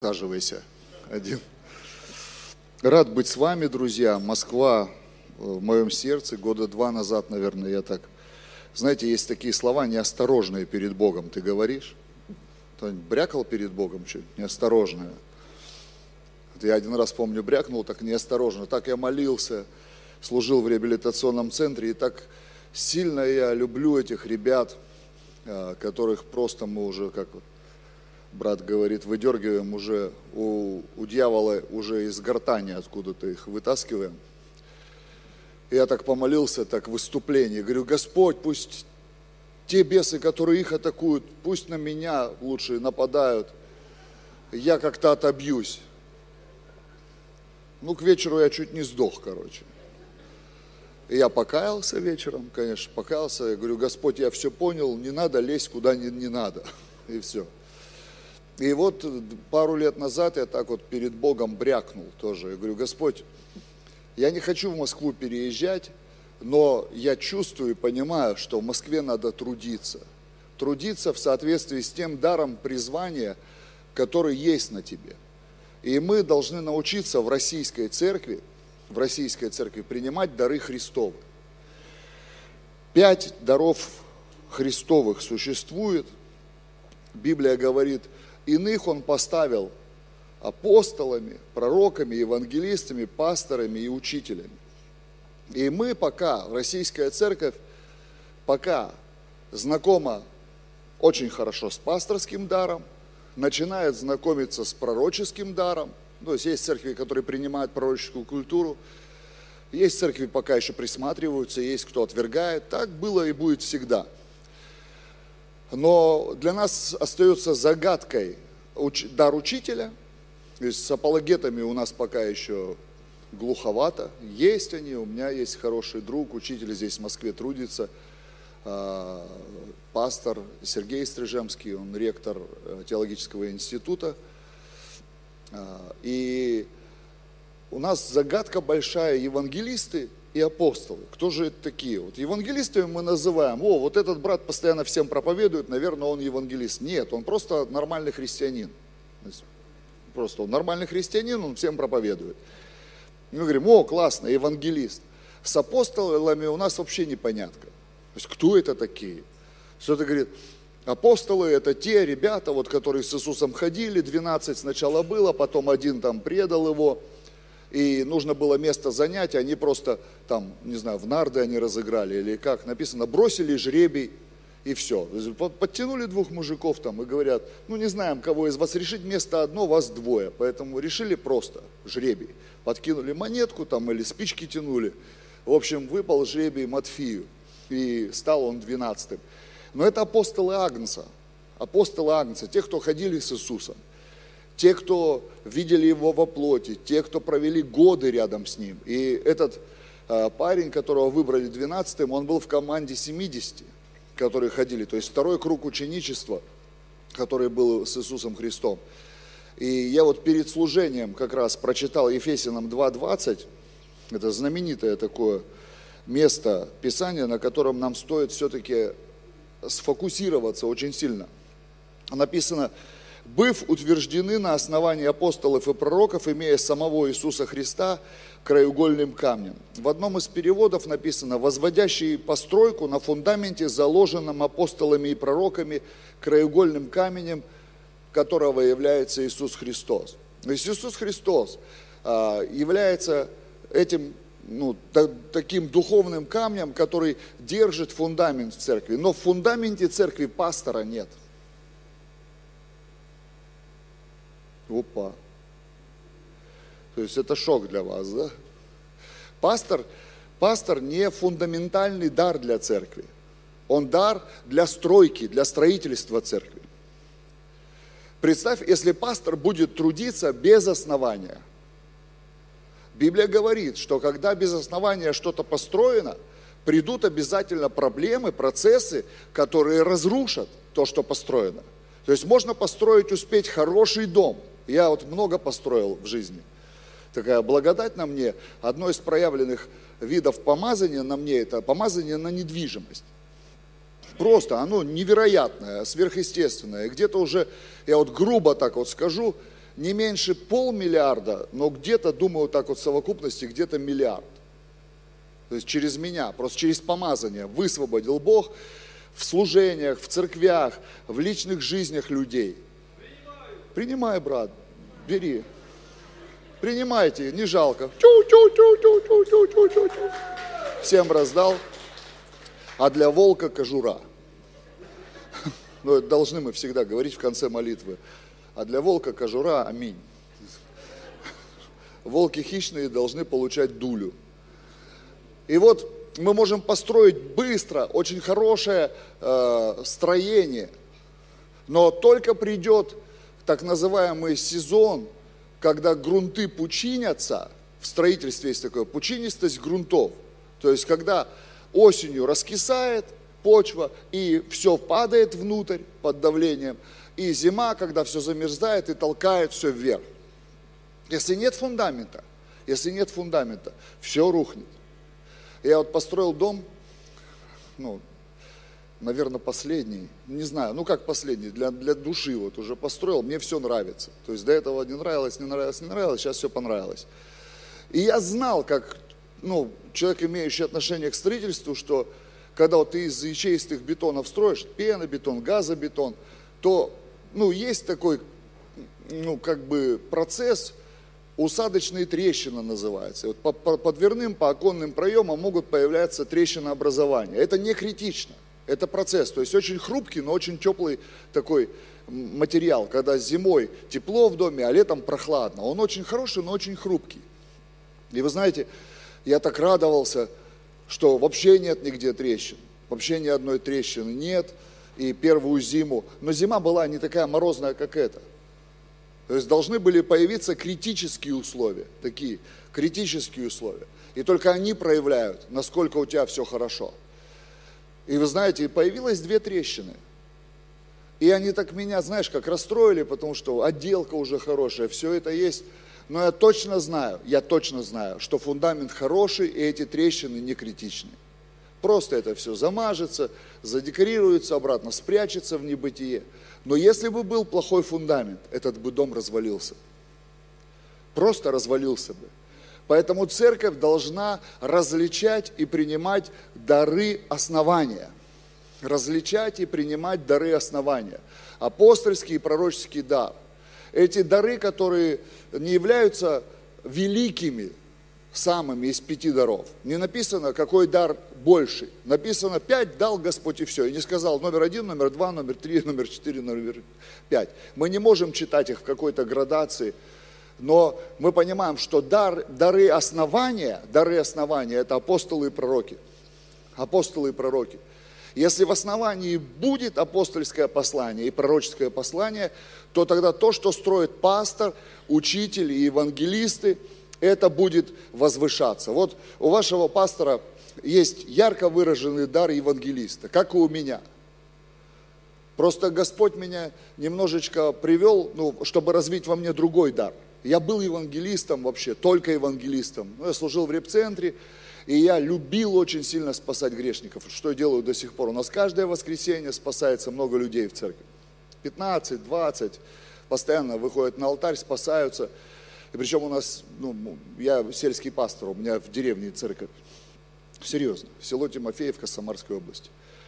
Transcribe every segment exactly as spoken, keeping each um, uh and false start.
Присаживайся один. Рад быть с вами, друзья. Москва в моем сердце. Года два назад, наверное, я так... Знаете, есть такие слова неосторожные перед Богом. Ты говоришь? Кто-нибудь брякал перед Богом что-нибудь неосторожное? Я один раз, помню, брякнул так неосторожно. Так я молился, служил в реабилитационном центре. И так сильно я люблю этих ребят, которых просто мы уже, как брат говорит, выдергиваем уже, у, у дьявола уже из гортани откуда-то их вытаскиваем. И я так помолился, так в выступлении, говорю: Господь, пусть те бесы, которые их атакуют, пусть на меня лучше нападают, я как-то отобьюсь. Ну, к вечеру я чуть не сдох, короче. И я покаялся вечером, конечно, покаялся. Я говорю: Господь, я все понял, не надо лезть куда не, не надо. И все. И вот пару лет назад я так вот перед Богом брякнул тоже. Я говорю: Господь, я не хочу в Москву переезжать, но я чувствую и понимаю, что в Москве надо трудиться. Трудиться в соответствии с тем даром призвания, который есть на тебе. И мы должны научиться в российской церкви, в российской церкви принимать дары Христовы. Пять даров Христовых существует. Библия говорит, иных Он поставил апостолами, пророками, евангелистами, пасторами и учителями. И мы пока, российская церковь, пока знакома очень хорошо с пасторским даром, начинает знакомиться с пророческим даром. То есть есть церкви, которые принимают пророческую культуру, есть церкви, пока еще присматриваются, есть кто отвергает. Так было и будет всегда. Но для нас остается загадкой дар учителя. То есть с апологетами у нас пока еще глуховато. Есть они, у меня есть хороший друг, учитель здесь в Москве трудится, пастор Сергей Стрижемский, он ректор теологического института. И у нас загадка большая: евангелисты и апостолы. Кто же это такие? Вот евангелистами мы называем: о, вот этот брат постоянно всем проповедует, наверное, он евангелист. Нет, он просто нормальный христианин. Просто он нормальный христианин, он всем проповедует. Мы говорим: о, классно, евангелист. С апостолами у нас вообще непонятно. То есть, кто это такие? Что-то говорит, апостолы это те ребята, вот, которые с Иисусом ходили, двенадцать сначала было, потом один там предал его, и нужно было место занять, они просто там, не знаю, в нарды они разыграли, или как написано, бросили жребий, и все. Подтянули двух мужиков там и говорят: ну не знаем, кого из вас решить, место одно, вас двое, поэтому решили просто жребий. Подкинули монетку там или спички тянули, в общем, выпал жребий Матфею, и стал он двенадцатым. Но это апостолы Агнца, апостолы Агнца, те, кто ходили с Иисусом, те, кто видели Его во плоти, те, кто провели годы рядом с Ним. И этот э, парень, которого выбрали двенадцатым, он был в команде семидесяти, которые ходили, то есть второй круг ученичества, который был с Иисусом Христом. И я вот перед служением как раз прочитал Ефесянам два двадцать, это знаменитое такое место Писания, на котором нам стоит все-таки сфокусироваться очень сильно. Написано: «Быв утверждены на основании апостолов и пророков, имея самого Иисуса Христа краеугольным камнем». В одном из переводов написано: «Возводящий постройку на фундаменте, заложенном апостолами и пророками, краеугольным камнем, которого является Иисус Христос». То есть Иисус Христос а, является этим ну, та, таким духовным камнем, который держит фундамент в церкви. Но в фундаменте церкви пастора нет. Опа. То есть это шок для вас, да? Пастор, пастор не фундаментальный дар для церкви. Он дар для стройки, для строительства церкви. Представь, если пастор будет трудиться без основания. Библия говорит, что когда без основания что-то построено, придут обязательно проблемы, процессы, которые разрушат то, что построено. То есть можно построить, успеть хороший дом. Я вот много построил в жизни. Такая благодать на мне. Одно из проявленных видов помазания на мне – это помазание на недвижимость. Просто оно невероятное, сверхъестественное. Где-то уже, я вот грубо так вот скажу, не меньше полмиллиарда, но где-то, думаю, так вот в совокупности, где-то миллиард. То есть через меня, просто через помазание высвободил Бог в служениях, в церквях, в личных жизнях людей. Принимай, брат, бери. Принимайте, не жалко. Всем раздал, а для волка кожура. Но это должны мы всегда говорить в конце молитвы. А для волка кожура, аминь. Волки хищные должны получать дулю. И вот мы можем построить быстро очень хорошее э, строение, но только придет так называемый сезон, когда грунты пучинятся, в строительстве есть такое, пучинистость грунтов, то есть когда осенью раскисает почва и все падает внутрь под давлением, и зима, когда все замерзает и толкает все вверх. Если нет фундамента, если нет фундамента, все рухнет. Я вот построил дом, ну, наверное, последний, не знаю, ну как последний, для, для души вот уже построил, мне все нравится. То есть до этого не нравилось, не нравилось, не нравилось, сейчас все понравилось. И я знал, как, ну, человек, имеющий отношение к строительству, что когда вот ты из ячеистых бетонов строишь, пенобетон, газобетон, то, ну, есть такой, ну, как бы процесс, усадочные трещины называются. Вот по, по, по дверным, по оконным проемам могут появляться трещинообразования. Это не критично, это процесс. То есть очень хрупкий, но очень теплый такой материал, когда зимой тепло в доме, а летом прохладно. Он очень хороший, но очень хрупкий. И вы знаете, я так радовался, что вообще нет нигде трещин, вообще ни одной трещины нет, и первую зиму. Но зима была не такая морозная, как эта. То есть должны были появиться критические условия, такие критические условия. И только они проявляют, насколько у тебя все хорошо. И вы знаете, появилось две трещины. И они так меня, знаешь, как расстроили, потому что отделка уже хорошая, все это есть. Но я точно знаю, я точно знаю, что фундамент хороший, и эти трещины не критичные. Просто это все замажется, задекорируется обратно, спрячется в небытие. Но если бы был плохой фундамент, этот бы дом развалился. Просто развалился бы. Поэтому церковь должна различать и принимать дары основания. Различать и принимать дары основания. Апостольский и пророческий дар. Эти дары, которые не являются великими, самыми из пяти даров. Не написано, какой дар больший. Написано, пять дал Господь и все. И не сказал номер один, номер два, номер три, номер четыре, номер пять. Мы не можем читать их в какой-то градации, но мы понимаем, что дар, дары основания, дары основания, это апостолы и пророки. Апостолы и пророки. Если в основании будет апостольское послание и пророческое послание, то тогда то, что строит пастор, учитель и евангелисты, это будет возвышаться. Вот у вашего пастора есть ярко выраженный дар евангелиста, как и у меня. Просто Господь меня немножечко привел, ну, чтобы развить во мне другой дар. Я был евангелистом вообще, только евангелистом. Ну, я служил в репцентре, и я любил очень сильно спасать грешников, что я делаю до сих пор. У нас каждое воскресенье спасается много людей в церкви. пятнадцать, двадцать постоянно выходят на алтарь, спасаются. И причем у нас, ну, я сельский пастор, у меня в деревне церковь. Серьезно, село Тимофеевка Самарской области.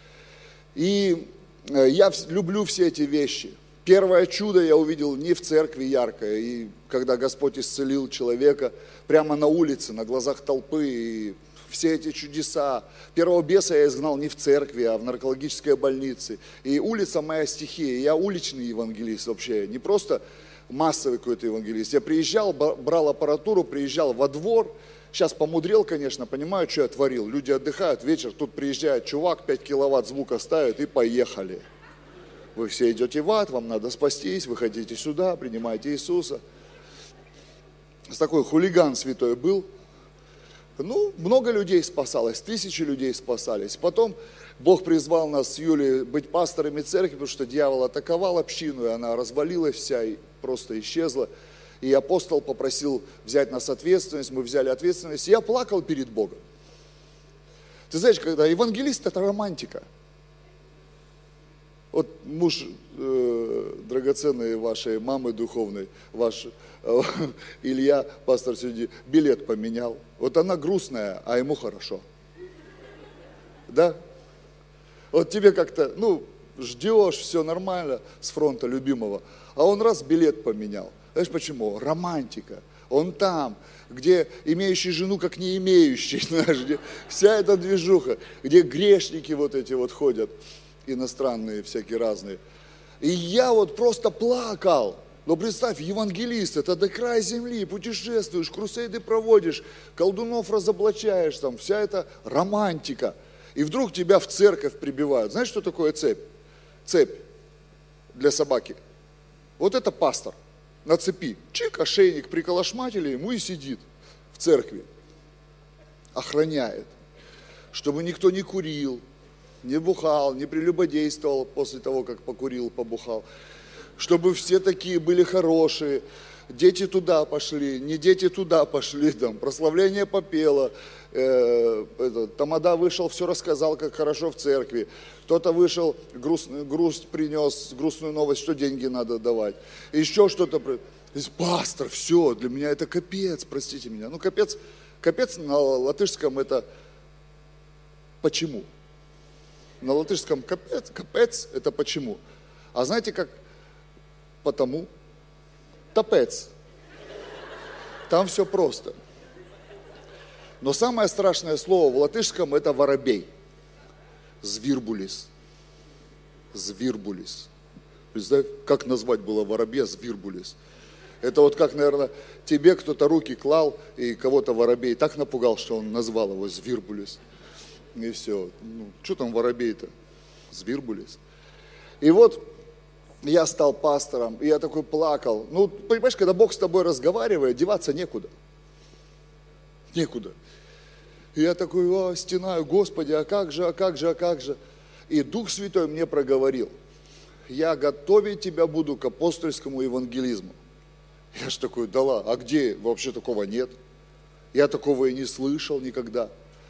И я люблю все эти вещи. Первое чудо я увидел не в церкви яркое, и когда Господь исцелил человека прямо на улице, на глазах толпы, и все эти чудеса. Первого беса я изгнал не в церкви, а в наркологической больнице. И улица моя стихия, я уличный евангелист вообще, не просто массовый какой-то евангелист. Я приезжал, брал аппаратуру, приезжал во двор, сейчас помудрел, конечно, понимаю, что я творил. Люди отдыхают, вечер, тут приезжает чувак, пять киловатт звука ставит и поехали. Вы все идете в ад, вам надо спастись, вы хотите сюда, принимаете Иисуса. Такой хулиган святой был. Ну, много людей спасалось, тысячи людей спасались. Потом Бог призвал нас с Юлей быть пасторами церкви, потому что дьявол атаковал общину, и она развалилась вся, и просто исчезла. И апостол попросил взять нас ответственность, мы взяли ответственность. И я плакал перед Богом. Ты знаешь, когда евангелист – это романтика. Вот муж э, драгоценной вашей мамы духовной, ваш э, Илья, пастор сегодня, билет поменял. Вот она грустная, а ему хорошо. Да? Вот тебе как-то, ну, ждешь, все нормально с фронта любимого, а он раз билет поменял. Знаешь почему? Романтика. Он там, где имеющий жену, как не имеющий, знаешь, где вся эта движуха, где грешники вот эти вот ходят, иностранные всякие разные. И я вот просто плакал. Но представь, евангелист, это до края земли, путешествуешь, крусейды проводишь, колдунов разоблачаешь, там вся эта романтика. И вдруг тебя в церковь прибивают. Знаешь, что такое цепь? Цепь для собаки. Вот это пастор на цепи. Чик, ошейник приколошматили ему и сидит в церкви. Охраняет. Чтобы никто не курил, не бухал, не прелюбодействовал после того, как покурил, побухал. Чтобы все такие были хорошие. Дети туда пошли, не дети туда пошли, там, прославление попело. Э, это, Тамада вышел, все рассказал, как хорошо в церкви. Кто-то вышел, груст, грусть принес, грустную новость, что деньги надо давать. Еще что-то. Пастор, все, для меня это капец, простите меня. Ну, капец, капец на латышском это почему? На латышском капец, капец это почему? А знаете, как потому? Тапец. Там все просто. Но самое страшное слово в латышском это воробей. Звирбулис. Звирбулис. Представь, как назвать было воробья звирбулис. Это вот как, наверное, тебе кто-то руки клал, и кого-то воробей так напугал, что он назвал его звирбулис. И все. Ну, что там воробей-то? Звирбулис. И вот я стал пастором, и я такой плакал. Ну, понимаешь, когда Бог с тобой разговаривает, деваться некуда. Некуда. И я такой, о, стенаю, Господи, а как же, а как же, а как же. И Дух Святой мне проговорил, я готовить тебя буду к апостольскому евангелизму. Я же такой, да ладно, а где? Вообще такого нет. Я такого и не слышал никогда.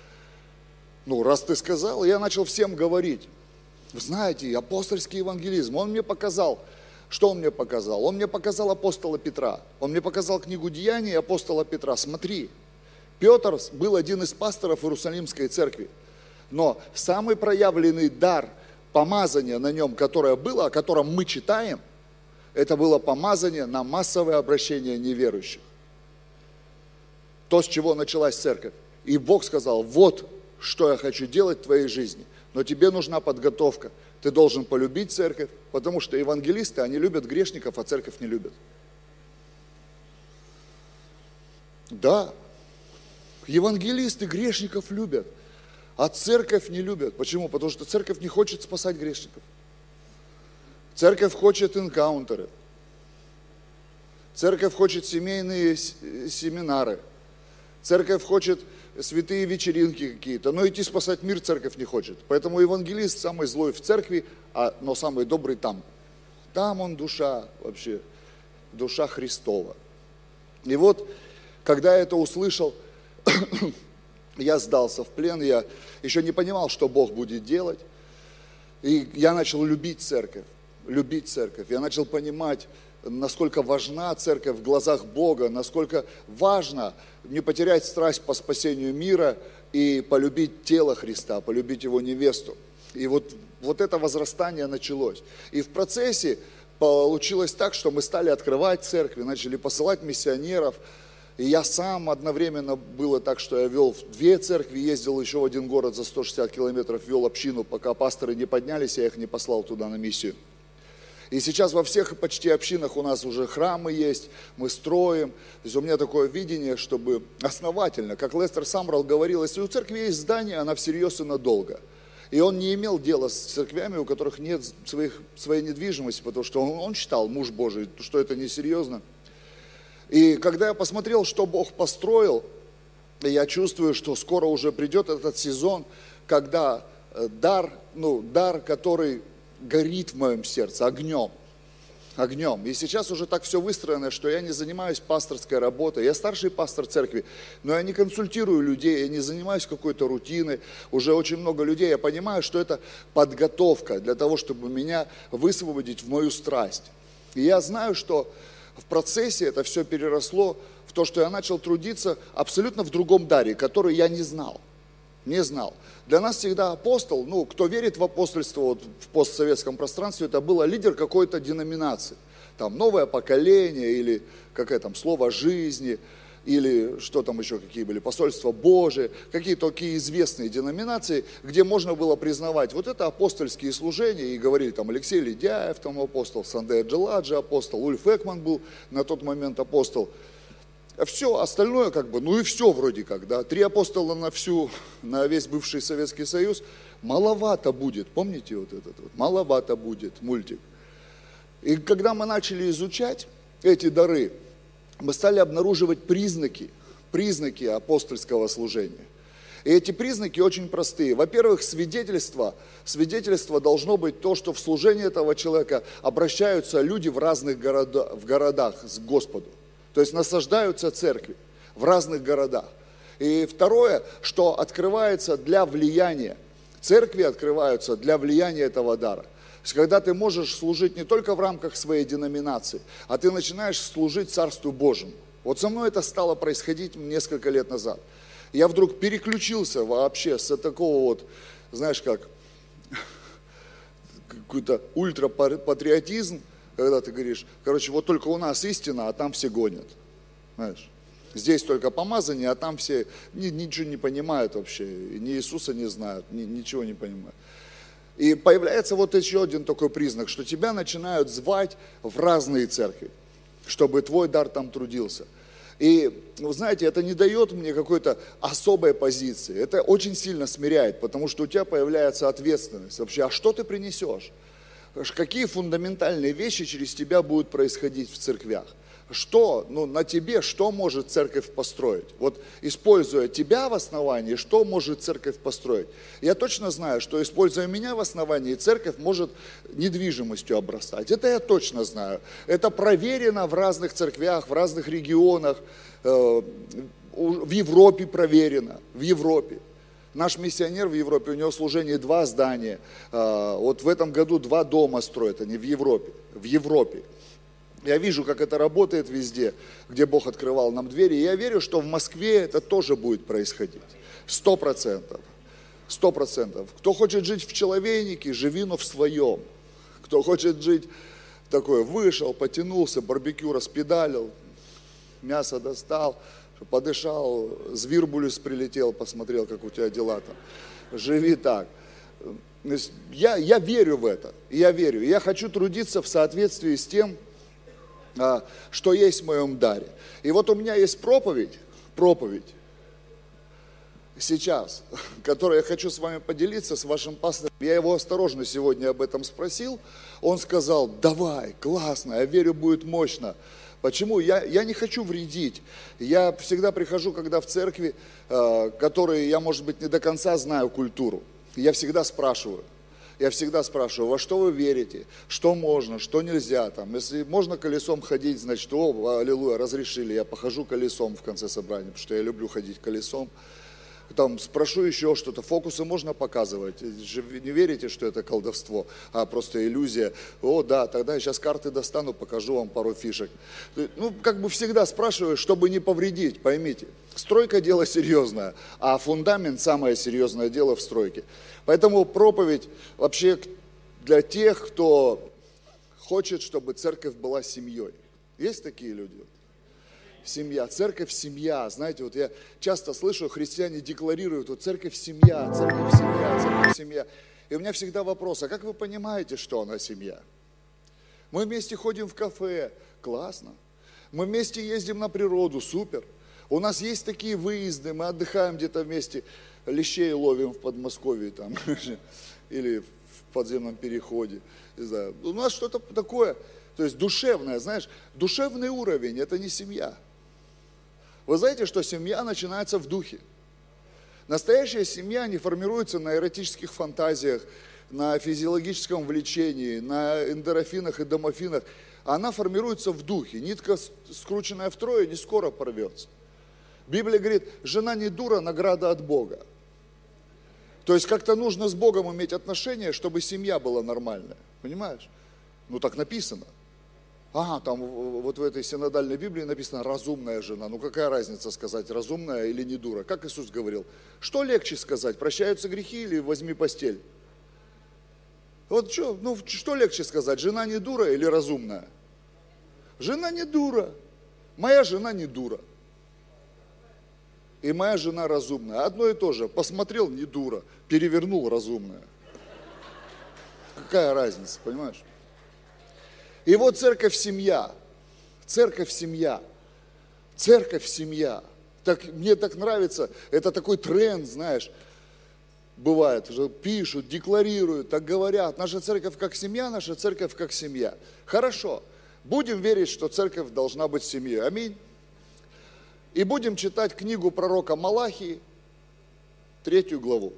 Ну, раз ты сказал, я начал всем говорить. Вы знаете, апостольский евангелизм, он мне показал, что он мне показал? Он мне показал апостола Петра. Он мне показал книгу Деяний апостола Петра. Смотри, Петр был один из пасторов Иерусалимской церкви. Но самый проявленный дар помазания на нем, которое было, о котором мы читаем, это было помазание на массовое обращение неверующих. То, с чего началась церковь. И Бог сказал, вот что я хочу делать в твоей жизни. Но тебе нужна подготовка. Ты должен полюбить церковь, потому что евангелисты, они любят грешников, а церковь не любят. Да, евангелисты грешников любят, а церковь не любят. Почему? Потому что церковь не хочет спасать грешников. Церковь хочет энкаунтеры. Церковь хочет семейные семинары. Церковь хочет святые вечеринки какие-то. Но идти спасать мир церковь не хочет. Поэтому евангелист самый злой в церкви, а, но самый добрый там. Там он душа вообще, душа Христова. И вот, когда я это услышал, я сдался в плен, я еще не понимал, что Бог будет делать. И я начал любить церковь, любить церковь. Я начал понимать, насколько важна церковь в глазах Бога, насколько важно не потерять страсть по спасению мира и полюбить тело Христа, полюбить Его невесту. И вот, вот это возрастание началось. И в процессе получилось так, что мы стали открывать церкви, начали посылать миссионеров. И я сам одновременно было так, что я вел две церкви, ездил еще в один город за сто шестьдесят километров, вел общину, пока пасторы не поднялись, я их не послал туда на миссию. И сейчас во всех почти общинах у нас уже храмы есть, мы строим. То есть у меня такое видение, чтобы основательно, как Лестер Самрал говорил, если у церкви есть здание, она всерьез и надолго. И он не имел дела с церквями, у которых нет своих, своей недвижимости, потому что он, он считал, муж Божий, что это несерьезно. И когда я посмотрел, что Бог построил, я чувствую, что скоро уже придет этот сезон, когда дар, ну, дар, который горит в моем сердце огнем. огнем. И сейчас уже так все выстроено, что я не занимаюсь пасторской работой. Я старший пастор церкви, но я не консультирую людей, я не занимаюсь какой-то рутиной. Уже очень много людей. Я понимаю, что это подготовка для того, чтобы меня высвободить в мою страсть. И я знаю, что в процессе это все переросло в то, что я начал трудиться абсолютно в другом даре, который я не знал. Не знал. Для нас всегда апостол, ну, кто верит в апостольство вот, в постсоветском пространстве, это был лидер какой-то деноминации. Там новое поколение, или какое там слово жизни, или что там еще, какие были, посольства Божие, какие-то такие известные деноминации, где можно было признавать, вот это апостольские служения, и говорили там Алексей Ледяев, там апостол, Сандея Джиладжи апостол, Ульф Экман был на тот момент апостол. Все остальное как бы, ну и все вроде как, да, три апостола на всю, на весь бывший Советский Союз, маловато будет, помните вот этот вот, маловато будет мультик. И когда мы начали изучать эти дары, мы стали обнаруживать признаки, признаки апостольского служения. И эти признаки очень простые. Во-первых, свидетельство, свидетельство должно быть то, что в служении этого человека обращаются люди в разных города, в городах к Господу. То есть насаждаются церкви в разных городах. И второе, что открывается для влияния. Церкви открываются для влияния этого дара. То есть когда ты можешь служить не только в рамках своей деноминации, а ты начинаешь служить Царству Божьему. Вот со мной это стало происходить несколько лет назад. Я вдруг переключился вообще с такого вот, знаешь как, какой-то ультрапатриотизм, когда ты говоришь, короче, вот только у нас истина, а там все гонят. Знаешь, здесь только помазание, а там все ни, ничего не понимают вообще, ни Иисуса не знают, ни, ничего не понимают. И появляется вот еще один такой признак, что тебя начинают звать в разные церкви, чтобы твой дар там трудился. И, вы знаете, это не дает мне какой-то особой позиции, это очень сильно смиряет, потому что у тебя появляется ответственность вообще, а что ты принесешь? Какие фундаментальные вещи через тебя будут происходить в церквях? Что, ну, на тебе, что может церковь построить? Вот, используя тебя в основании, что может церковь построить? Я точно знаю, что, используя меня в основании, церковь может недвижимостью обрастать. Это я точно знаю. Это проверено в разных церквях, в разных регионах, э, в Европе проверено, в Европе. Наш миссионер в Европе, у него служение два здания. Вот в этом году два дома строят они в Европе. В Европе. Я вижу, как это работает везде, где Бог открывал нам двери. И я верю, что в Москве это тоже будет происходить. Сто процентов. Сто процентов. Кто хочет жить в человейнике, живи, но в своем. Кто хочет жить такой, вышел, потянулся, барбекю распедалил, мясо достал, подышал, Звирбулюс прилетел, посмотрел, как у тебя дела там. Живи так. Я, я верю в это, я верю. Я хочу трудиться в соответствии с тем, что есть в моем даре. И вот у меня есть проповедь, проповедь сейчас, которую я хочу с вами поделиться, с вашим пастором. Я его осторожно сегодня об этом спросил. Он сказал, давай, классно, я верю, будет мощно. Почему? Я, я не хочу вредить. Я всегда прихожу, когда в церкви, э, которые я, может быть, не до конца знаю культуру. Я всегда спрашиваю. Я всегда спрашиваю, во что вы верите, что можно, что нельзя. Там, если можно колесом ходить, значит, о, аллилуйя, разрешили. Я похожу колесом в конце собрания, потому что я люблю ходить колесом. Там спрошу еще что-то, фокусы можно показывать, не верите, что это колдовство, а просто иллюзия. О, да, тогда я сейчас карты достану, покажу вам пару фишек. Ну, как бы всегда спрашиваю, чтобы не повредить, поймите. Стройка дело серьезное, а фундамент самое серьезное дело в стройке. Поэтому проповедь вообще для тех, кто хочет, чтобы церковь была семьей. Есть такие люди? Семья, церковь, семья. Знаете, вот я часто слышу, христиане декларируют, вот церковь, семья, церковь, семья, церковь, семья. И у меня всегда вопрос, а как вы понимаете, что она семья? Мы вместе ходим в кафе, классно. Мы вместе ездим на природу, супер. У нас есть такие выезды, мы отдыхаем где-то вместе, лещей ловим в Подмосковье там, или в подземном переходе. Не знаю. У нас что-то такое, то есть душевное, знаешь, душевный уровень, это не семья. Вы знаете, что семья начинается в духе. Настоящая семья не формируется на эротических фантазиях, на физиологическом влечении, на эндорфинах и домофинах. она формируется в духе. Нитка, скрученная втрое, не скоро порвется. Библия говорит, жена не дура, награда от Бога. То есть как-то нужно с Богом иметь отношения, чтобы семья была нормальная. Понимаешь? Ну так написано. Ага, там вот в этой синодальной Библии написано разумная жена. Ну какая разница сказать, разумная или не дура? Как Иисус говорил? Что легче сказать, прощаются грехи или возьми постель? Вот что, ну что легче сказать, жена не дура или разумная? Жена не дура. Моя жена не дура. И моя жена разумная. Одно и то же. Посмотрел, не дура. Перевернул, разумная. Какая разница, понимаешь? И вот церковь семья. Церковь семья. Церковь семья. Так, мне так нравится. Это такой тренд, знаешь. Бывает, уже пишут, декларируют, так говорят. Наша церковь как семья, наша церковь как семья. Хорошо. Будем верить, что церковь должна быть семьей. Аминь. И будем читать книгу пророка Малахии, третью главу.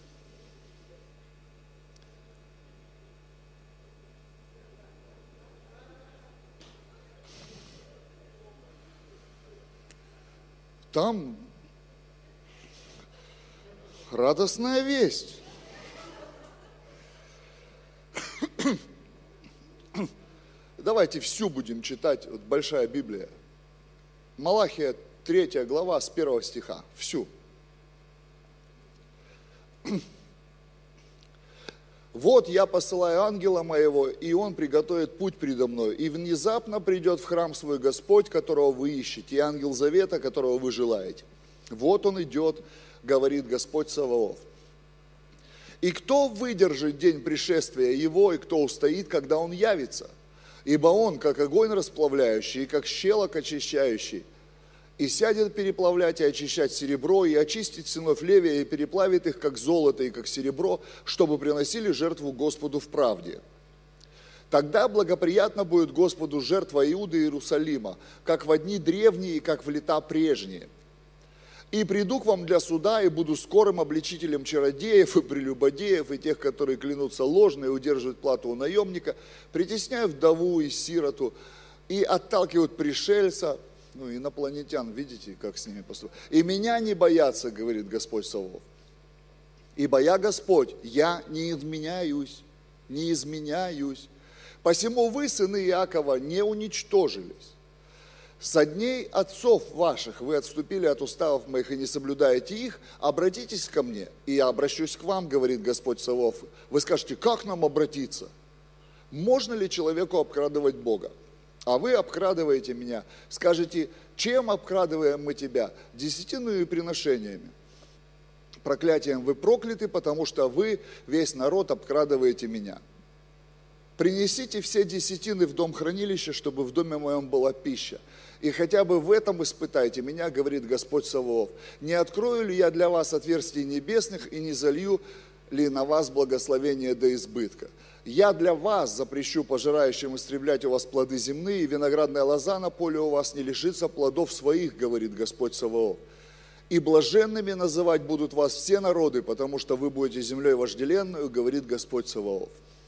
Там радостная весть. Давайте всю будем читать, вот большая Библия. Малахия, третья глава, с первого стиха, всю. «Вот я посылаю ангела моего, и он приготовит путь предо мной, и внезапно придет в храм свой Господь, которого вы ищете, и ангел завета, которого вы желаете. Вот он идет, говорит Господь Саваоф. И кто выдержит день пришествия его, и кто устоит, когда он явится? Ибо он, как огонь расплавляющий, и как щелок очищающий, и сядет переплавлять и очищать серебро, и очистить сынов Левия, и переплавит их, как золото и как серебро, чтобы приносили жертву Господу в правде. Тогда благоприятно будет Господу жертва Иуды и Иерусалима, как в дни древние и как в лета прежние. И приду к вам для суда, и буду скорым обличителем чародеев и прелюбодеев, и тех, которые клянутся ложно и удерживают плату у наемника, притесняю вдову и сироту, и отталкивают пришельца». Ну, инопланетян, видите, как с ними поступают. «И меня не боятся, говорит Господь Саваоф. Ибо я Господь, я не изменяюсь, не изменяюсь. Посему вы, сыны Иакова, не уничтожились. Со дней отцов ваших вы отступили от уставов моих и не соблюдаете их, обратитесь ко мне, и я обращусь к вам, говорит Господь Саваоф. Вы скажете, как нам обратиться? Можно ли человеку обкрадывать Бога? А вы обкрадываете меня. Скажете, чем обкрадываем мы тебя? Десятинными приношениями. Проклятием вы прокляты, потому что вы, весь народ, обкрадываете меня. Принесите все десятины в дом хранилища, чтобы в доме моем была пища. И хотя бы в этом испытайте меня, говорит Господь Саваоф. Не открою ли я для вас отверстий небесных и не залью ли на вас благословение до избытка? Я для вас запрещу пожирающим истреблять у вас плоды земные, и виноградная лоза на поле у вас не лишится плодов своих, говорит Господь Саваоф. И блаженными называть будут вас все народы, потому что вы будете землей вожделенную, говорит Господь Саваоф.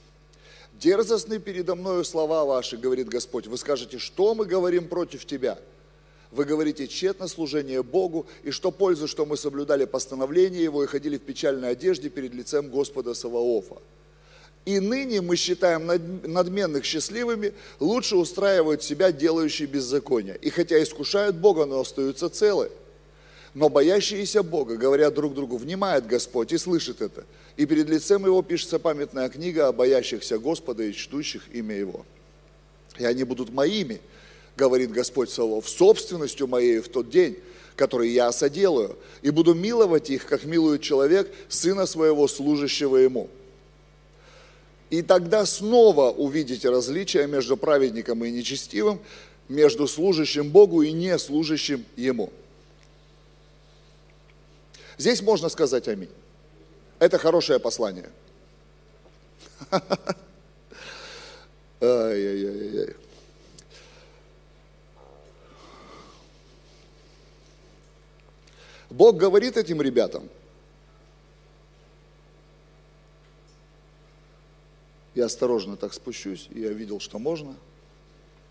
Дерзостны передо мною слова ваши, говорит Господь. Вы скажете, что мы говорим против тебя? Вы говорите, тщетно служение Богу, и что пользу, что мы соблюдали постановление Его и ходили в печальной одежде перед лицем Господа Саваофа. И ныне мы считаем надменных счастливыми, лучше устраивают себя делающие беззаконие. И хотя искушают Бога, но остаются целы. Но боящиеся Бога говорят друг другу, внимает Господь и слышит это. И перед лицем Его пишется памятная книга о боящихся Господа и чтущих имя Его. И они будут моими, говорит Господь Саваоф, собственностью моей в тот день, который я соделаю. И буду миловать их, как милует человек сына своего, служащего ему. И тогда снова увидите различия между праведником и нечестивым, между служащим Богу и не служащим Ему. Здесь можно сказать аминь. Это хорошее послание. Ай-яй-яй-яй. Бог говорит этим ребятам. Я осторожно так спущусь, и я видел, что можно.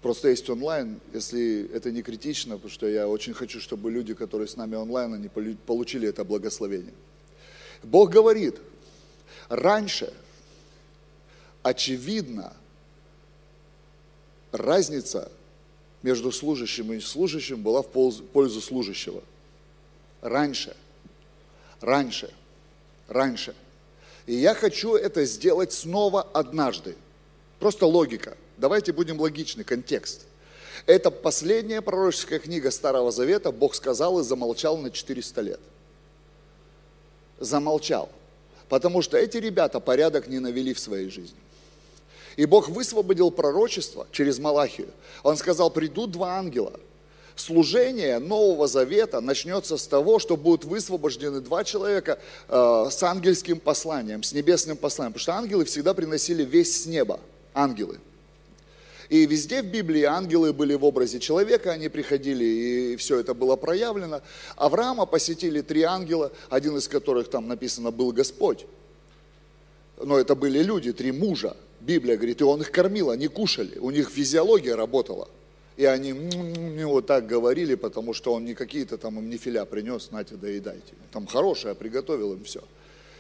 Просто есть онлайн, если это не критично, потому что я очень хочу, чтобы люди, которые с нами онлайн, они получили это благословение. Бог говорит, раньше, очевидно, разница между служащим и неслужащим была в пользу служащего. Раньше, раньше, раньше. И я хочу это сделать снова однажды. Просто логика. Давайте будем логичны, контекст. Это последняя пророческая книга Старого Завета, Бог сказал и замолчал на четыреста лет. Замолчал. Потому что эти ребята порядок не навели в своей жизни. И Бог высвободил пророчество через Малахию. Он сказал, придут два ангела. Служение Нового Завета начнется с того, что будут высвобождены два человека э, с ангельским посланием, с небесным посланием. Потому что ангелы всегда приносили весть с неба. Ангелы. И везде в Библии ангелы были в образе человека, они приходили, и все это было проявлено. Авраама посетили три ангела, один из которых там написано был Господь. Но это были люди, три мужа. Библия говорит, и он их кормил, они кушали, у них физиология работала. И они вот так говорили, потому что он не какие-то там им нефиля принес, нате, доедайте. Там хорошее, приготовил им все.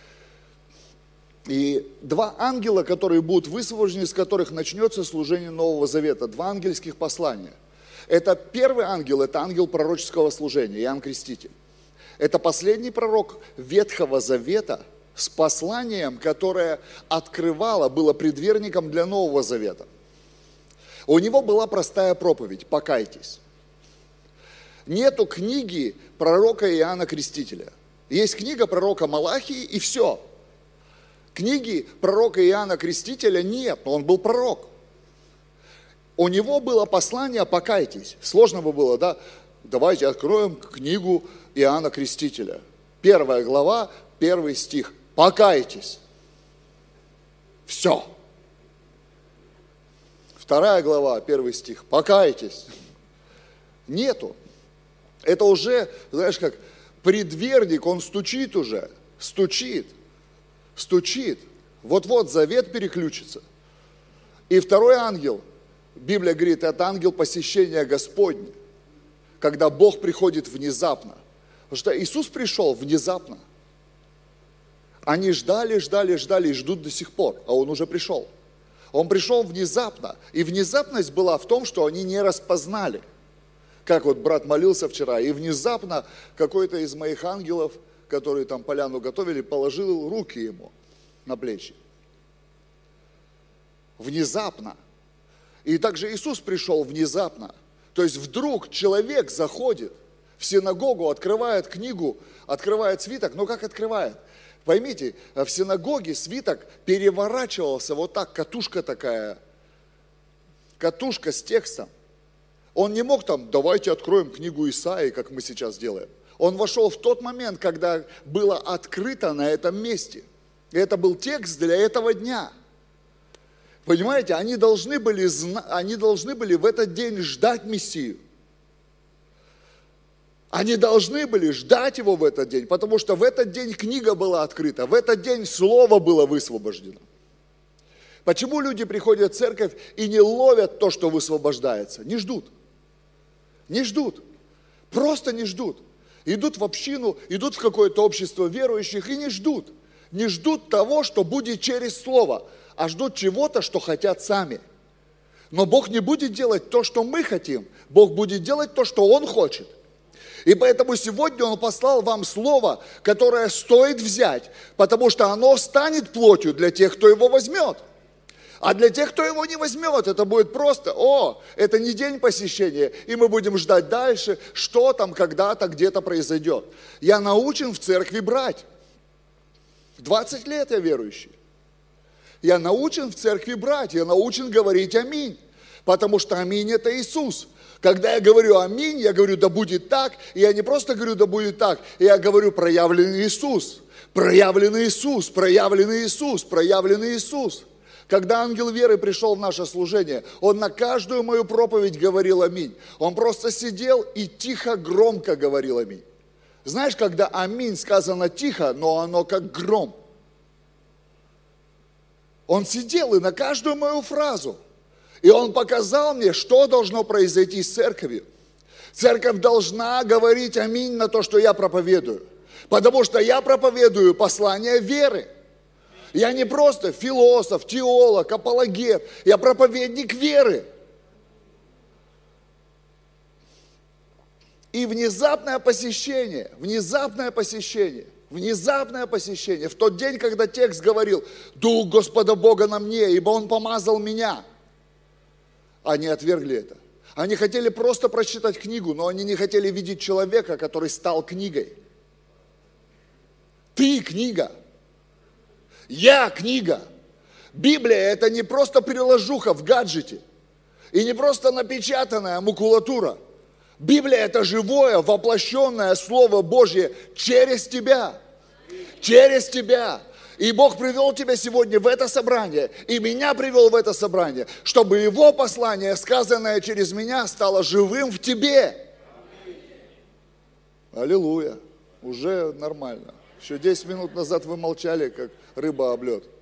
И два ангела, которые будут высвобождены, с которых начнется служение Нового Завета, два ангельских послания. Это первый ангел, это ангел пророческого служения, Иоанн Креститель. Это последний пророк Ветхого Завета с посланием, которое открывало, было предверником для Нового Завета. У него была простая проповедь «Покайтесь». Нету книги пророка Иоанна Крестителя. Есть книга пророка Малахии и все. Книги пророка Иоанна Крестителя нет, но он был пророк. У него было послание «Покайтесь». Сложно бы было, да? Давайте откроем книгу Иоанна Крестителя. Первая глава, первый стих. «Покайтесь». Все. Вторая глава, первый стих. «Покайтесь». Нету. Это уже, знаешь, как предверник, он стучит уже, стучит. Стучит. Вот-вот завет переключится. И второй ангел, Библия говорит, это ангел посещения Господня, когда Бог приходит внезапно. Потому что Иисус пришел внезапно. Они ждали, ждали, ждали и ждут до сих пор, а Он уже пришел. Он пришел внезапно. И внезапность была в том, что они не распознали. Как вот брат молился вчера, и внезапно какой-то из моих ангелов, которые там поляну готовили, положил руки ему на плечи. Внезапно. И также Иисус пришел внезапно. То есть вдруг человек заходит в синагогу, открывает книгу, открывает свиток. Но как открывает? Поймите, в синагоге свиток переворачивался вот так, катушка такая, катушка с текстом. Он не мог там, давайте откроем книгу Исаии, как мы сейчас делаем. Он вошел в тот момент, когда было открыто на этом месте. И это был текст для этого дня. Понимаете, они должны были, они должны были в этот день ждать Мессию. Они должны были ждать его в этот день, потому что в этот день книга была открыта, в этот день слово было высвобождено. Почему люди приходят в церковь и не ловят то, что высвобождается? Не ждут. Не ждут. Просто не ждут. Идут в общину, идут в какое-то общество верующих и не ждут. Не ждут того, что будет через слово, а ждут чего-то, что хотят сами. Но Бог не будет делать то, что мы хотим. Бог будет делать то, что Он хочет. И поэтому сегодня Он послал вам слово, которое стоит взять, потому что оно станет плотью для тех, кто его возьмет. А для тех, кто его не возьмет, это будет просто, о, это не день посещения, и мы будем ждать дальше, что там когда-то где-то произойдет. Я научен в церкви брать. двадцать лет я верующий. Я научен в церкви брать, я научен говорить аминь, потому что аминь это Иисус. Когда я говорю аминь, я говорю, да будет так, и я не просто говорю, да будет так, я говорю, проявленный Иисус, проявленный Иисус, проявленный Иисус, проявленный Иисус. Когда ангел веры пришел в наше служение, он на каждую мою проповедь говорил аминь. Он просто сидел и тихо, громко говорил аминь. Знаешь, когда аминь сказано тихо, но оно как гром. Он сидел и на каждую мою фразу. И он показал мне, что должно произойти с церковью. Церковь должна говорить аминь на то, что я проповедую. Потому что я проповедую послание веры. Я не просто философ, теолог, апологет. Я проповедник веры. И внезапное посещение, внезапное посещение, внезапное посещение. В тот день, когда текст говорил: «Дух Господа Бога на мне, ибо Он помазал меня». Они отвергли это. Они хотели просто прочитать книгу, но они не хотели видеть человека, который стал книгой. Ты книга. Я книга. Библия – это не просто переложуха в гаджете. И не просто напечатанная макулатура. Библия – это живое, воплощенное Слово Божье через тебя. Через тебя. И Бог привел тебя сегодня в это собрание, и меня привел в это собрание, чтобы Его послание, сказанное через меня, стало живым в тебе. Аллилуйя. Уже нормально. Еще десять минут назад вы молчали, как рыба об лед.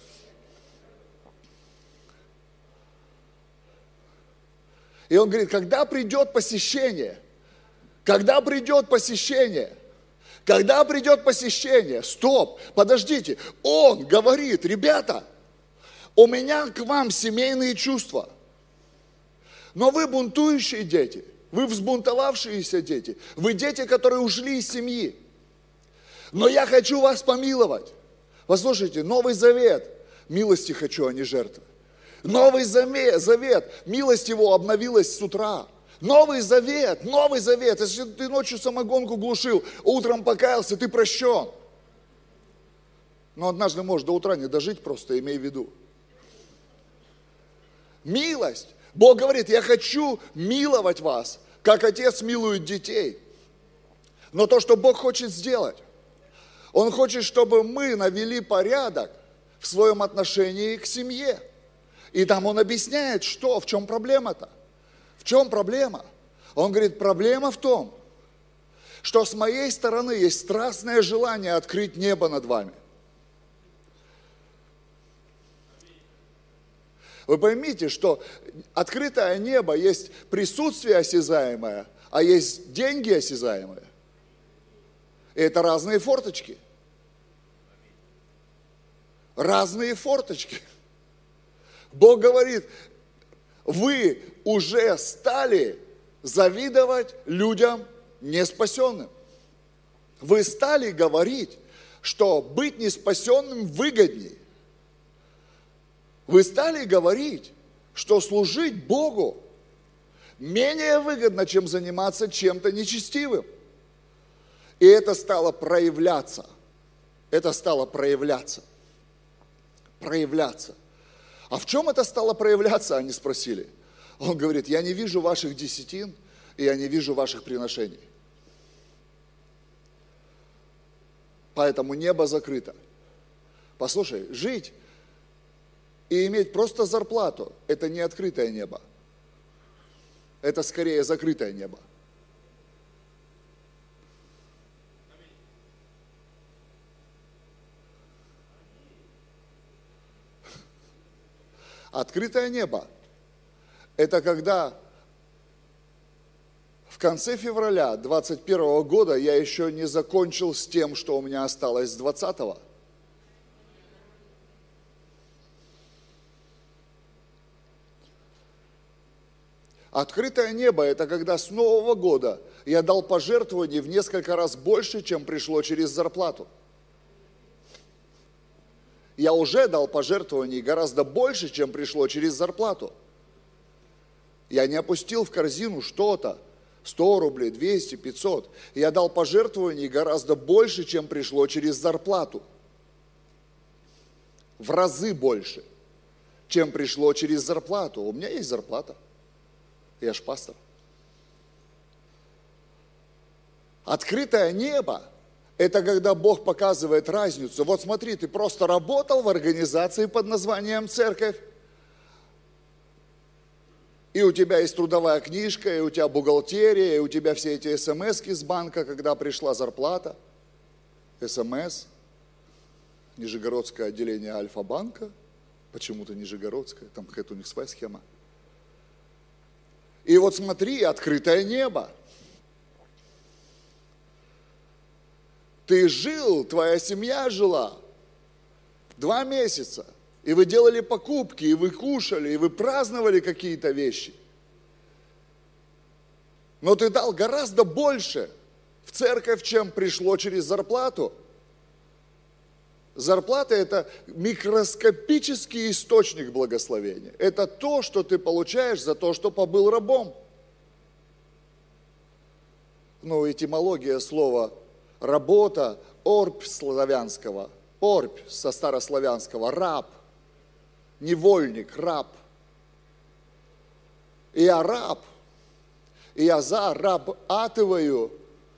И он говорит, когда придет посещение, когда придет посещение, когда придет посещение, стоп, подождите, он говорит, ребята, у меня к вам семейные чувства, но вы бунтующие дети, вы взбунтовавшиеся дети, вы дети, которые ушли из семьи, но я хочу вас помиловать. Послушайте, Новый Завет, милости хочу, а не жертвы. Новый Завет, милость Его обновилась с утра. Новый Завет, Новый Завет. Если ты ночью самогонку глушил, утром покаялся, ты прощен. Но однажды можешь до утра не дожить, просто имей в виду. Милость. Бог говорит, я хочу миловать вас, как отец милует детей. Но то, что Бог хочет сделать, Он хочет, чтобы мы навели порядок в своем отношении к семье. И там Он объясняет, что, в чем проблема-то. В чем проблема? Он говорит, проблема в том, что с моей стороны есть страстное желание открыть небо над вами. Вы поймите, что открытое небо есть присутствие осязаемое, а есть деньги осязаемые. И это разные форточки. Разные форточки. Бог говорит, вы уже стали завидовать людям неспасенным. Вы стали говорить, что быть неспасенным выгоднее. Вы стали говорить, что служить Богу менее выгодно, чем заниматься чем-то нечестивым. И это стало проявляться. Это стало проявляться. Проявляться. А в чем это стало проявляться, они спросили. Он говорит, я не вижу ваших десятин, и я не вижу ваших приношений. Поэтому небо закрыто. Послушай, жить и иметь просто зарплату – это не открытое небо. Это скорее закрытое небо. Открытое небо – это когда в конце февраля двадцать первого года я еще не закончил с тем, что у меня осталось с двадцатого. Открытое небо – это когда с Нового года я дал пожертвований в несколько раз больше, чем пришло через зарплату. Я уже дал пожертвований гораздо больше, чем пришло через зарплату. Я не опустил в корзину что-то, сто рублей, двести, пятьсот. Я дал пожертвований гораздо больше, чем пришло через зарплату. В разы больше, чем пришло через зарплату. У меня есть зарплата. Я ж пастор. Открытое небо – это когда Бог показывает разницу. Вот смотри, ты просто работал в организации под названием «Церковь», и у тебя есть трудовая книжка, и у тебя бухгалтерия, и у тебя все эти смс-ки с банка, когда пришла зарплата. СМС, Нижегородское отделение Альфа-банка, почему-то Нижегородское, там какая-то у них своя схема. И вот смотри, открытое небо. Ты жил, твоя семья жила два месяца, и вы делали покупки, и вы кушали, и вы праздновали какие-то вещи. Но ты дал гораздо больше в церковь, чем пришло через зарплату. Зарплата – это микроскопический источник благословения. Это то, что ты получаешь за то, что побыл рабом. Ну, этимология слова «работа», орбь славянского, орбь со старославянского, раб, невольник, раб. И я раб, и я зарабатываю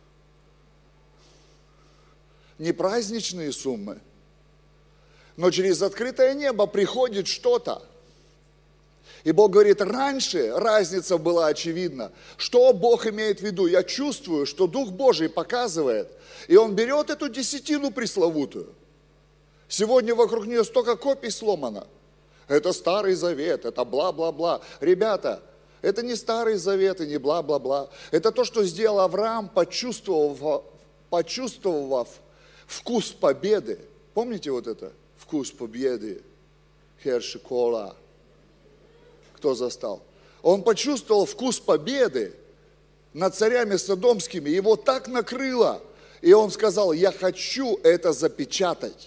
не праздничные суммы, но через открытое небо приходит что-то. И Бог говорит, раньше разница была очевидна. Что Бог имеет в виду? Я чувствую, что Дух Божий показывает, и Он берет эту десятину пресловутую. Сегодня вокруг нее столько копий сломано. Это Старый Завет, это бла-бла-бла. Ребята, это не Старый Завет и не бла-бла-бла. Это то, что сделал Авраам, почувствовав, почувствовав вкус победы. Помните вот это? Вкус победы. Хершикола. Кто застал? Он почувствовал вкус победы над царями содомскими. Его так накрыло. И он сказал, я хочу это запечатать.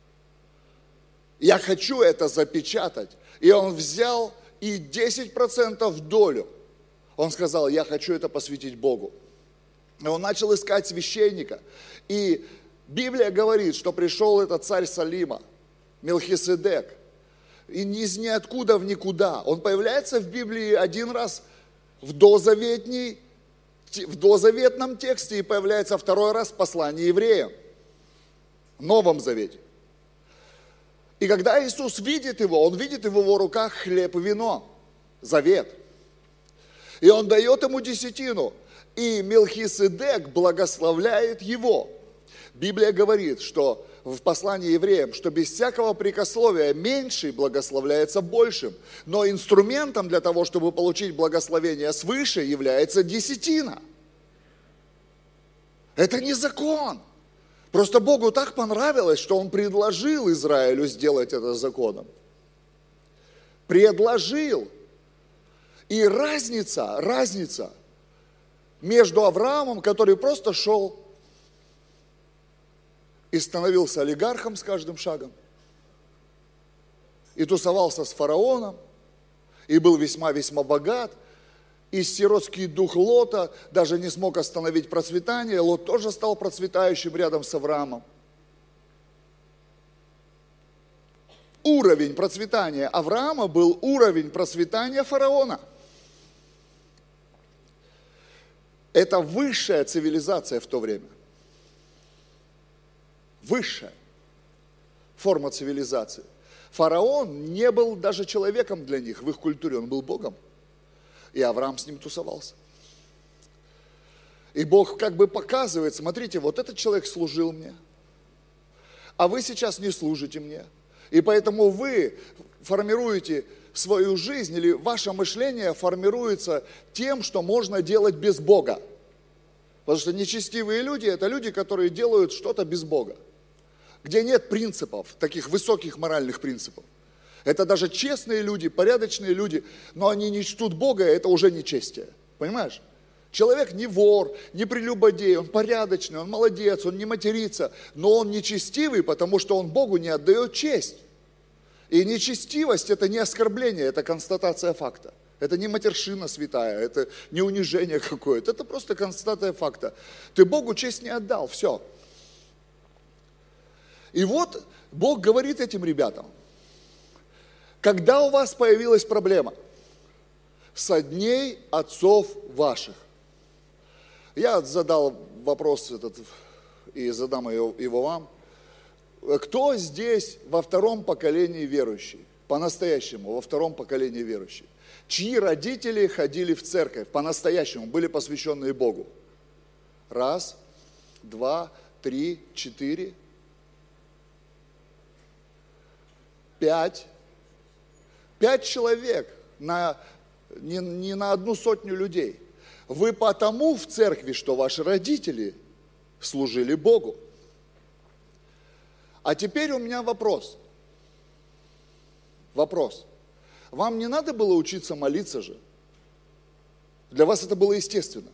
Я хочу это запечатать. И он взял и десять процентов долю. Он сказал, я хочу это посвятить Богу. И он начал искать священника. И Библия говорит, что пришел этот царь Салима, Мелхиседек. И из ниоткуда в никуда. Он появляется в Библии один раз в дозаветней, в дозаветном тексте и появляется второй раз в послании евреям, в Новом Завете. И когда Иисус видит его, он видит в его руках хлеб и вино, завет. И он дает ему десятину, и Мелхиседек благословляет его. Библия говорит, что в послании евреям, что без всякого прикословия меньший благословляется большим. Но инструментом для того, чтобы получить благословение свыше, является десятина. Это не закон. Просто Богу так понравилось, что Он предложил Израилю сделать это законом. Предложил. И разница, разница между Авраамом, который просто шел и становился олигархом с каждым шагом, и тусовался с фараоном, и был весьма-весьма богат, и сиротский дух Лота даже не смог остановить процветание, Лот тоже стал процветающим рядом с Авраамом. Уровень процветания Авраама был уровень процветания фараона. Это высшая цивилизация в то время. Высшая форма цивилизации. Фараон не был даже человеком для них в их культуре, он был Богом. И Авраам с ним тусовался. И Бог как бы показывает, смотрите, вот этот человек служил мне, а вы сейчас не служите мне. И поэтому вы формируете свою жизнь, или ваше мышление формируется тем, что можно делать без Бога. Потому что нечестивые люди – это люди, которые делают что-то без Бога, где нет принципов, таких высоких моральных принципов. Это даже честные люди, порядочные люди, но они не чтут Бога, это уже нечестие. Понимаешь? Человек не вор, не прелюбодей, он порядочный, он молодец, он не матерится, но он нечестивый, потому что он Богу не отдает честь. И нечестивость – это не оскорбление, это констатация факта. Это не матершина святая, это не унижение какое-то, это просто констатация факта. Ты Богу честь не отдал, все. И вот Бог говорит этим ребятам, когда у вас появилась проблема, со дней отцов ваших. Я задал вопрос этот и задам его, его вам. Кто здесь во втором поколении верующий? По-настоящему, во втором поколении верующий. Чьи родители ходили в церковь по-настоящему, были посвященные Богу? Раз, два, три, четыре, пять. Пять человек на не, не на одну сотню людей. Вы потому в церкви, что ваши родители служили Богу. А теперь у меня вопрос. Вопрос. Вам не надо было учиться молиться же? Для вас это было естественно.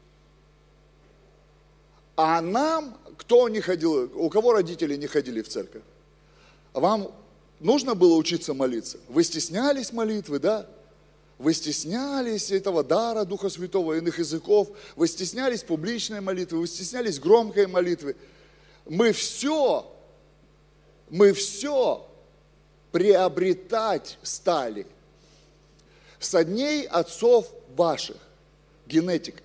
А нам, кто не ходил, у кого родители не ходили в церковь? Вам нужно было учиться молиться? Вы стеснялись молитвы, да? Вы стеснялись этого дара Духа Святого, иных языков, вы стеснялись публичной молитвы, вы стеснялись громкой молитвы. Мы все, мы все приобретать стали со дней отцов ваших. Генетика.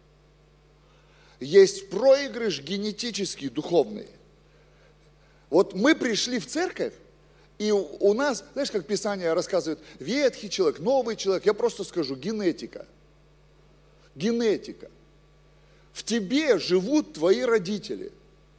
Есть проигрыш генетический, духовный. Вот мы пришли в церковь, и у нас, знаешь, как Писание рассказывает, ветхий человек, новый человек, я просто скажу, генетика. Генетика. В тебе живут твои родители.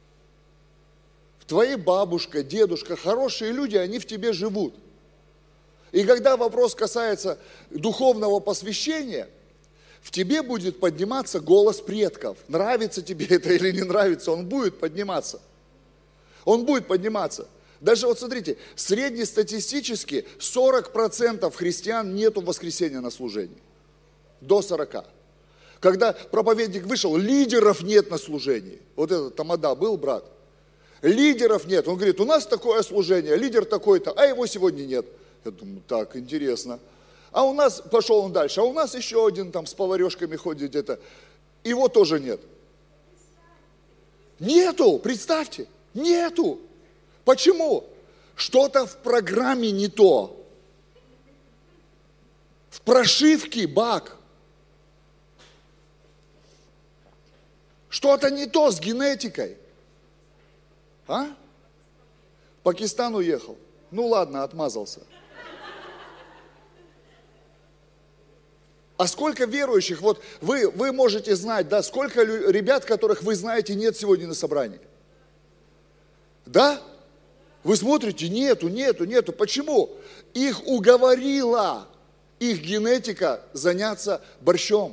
Твоя бабушка, дедушка, хорошие люди, они в тебе живут. И когда вопрос касается духовного посвящения, в тебе будет подниматься голос предков. Нравится тебе это или не нравится, он будет подниматься. Он будет подниматься. Даже вот смотрите, среднестатистически сорок процентов христиан нету воскресенья на служении. До сорока. Когда проповедник вышел, лидеров нет на служении. Вот этот тамада был, брат. Лидеров нет. Он говорит, у нас такое служение, лидер такой-то, а его сегодня нет. Я думаю, так, интересно. А у нас, пошел он дальше, а у нас еще один там с поварешками ходит где-то. Его тоже нет. Нету, представьте, нету. Почему? Что-то в программе не то. В прошивке баг. Что-то не то с генетикой. А? В Пакистан уехал. Ну ладно, отмазался. А сколько верующих, вот вы, вы можете знать, да, сколько ребят, которых вы знаете, нет сегодня на собрании? Да? Вы смотрите, нету, нету, нету. Почему? Их уговорила их генетика заняться борщом,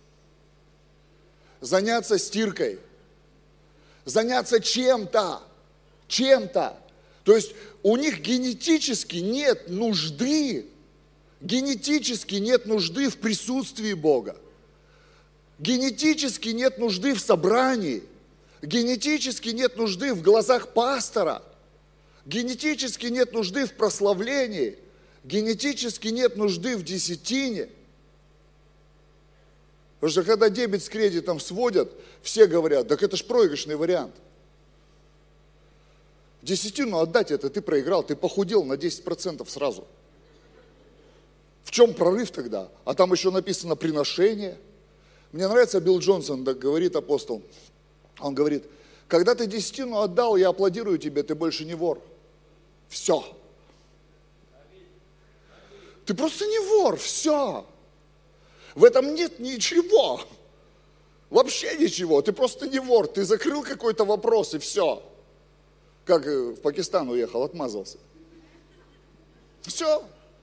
заняться стиркой, заняться чем-то, чем-то. То есть у них генетически нет нужды, генетически нет нужды в присутствии Бога. Генетически нет нужды в собрании. Генетически нет нужды в глазах пастора. Генетически нет нужды в прославлении. Генетически нет нужды в десятине. Потому что когда дебет с кредитом сводят, все говорят, так это ж проигрышный вариант. Десятину отдать это ты проиграл, ты похудел на десять процентов сразу. В чем прорыв тогда? А там еще написано приношение. Мне нравится Билл Джонсон, так говорит апостол. Он говорит, когда ты десятину отдал, я аплодирую тебе, ты больше не вор. Все. Ты просто не вор, все. В этом нет ничего. Вообще ничего. Ты просто не вор. Ты закрыл какой-то вопрос и все. Как в Пакистан уехал, отмазался. Все.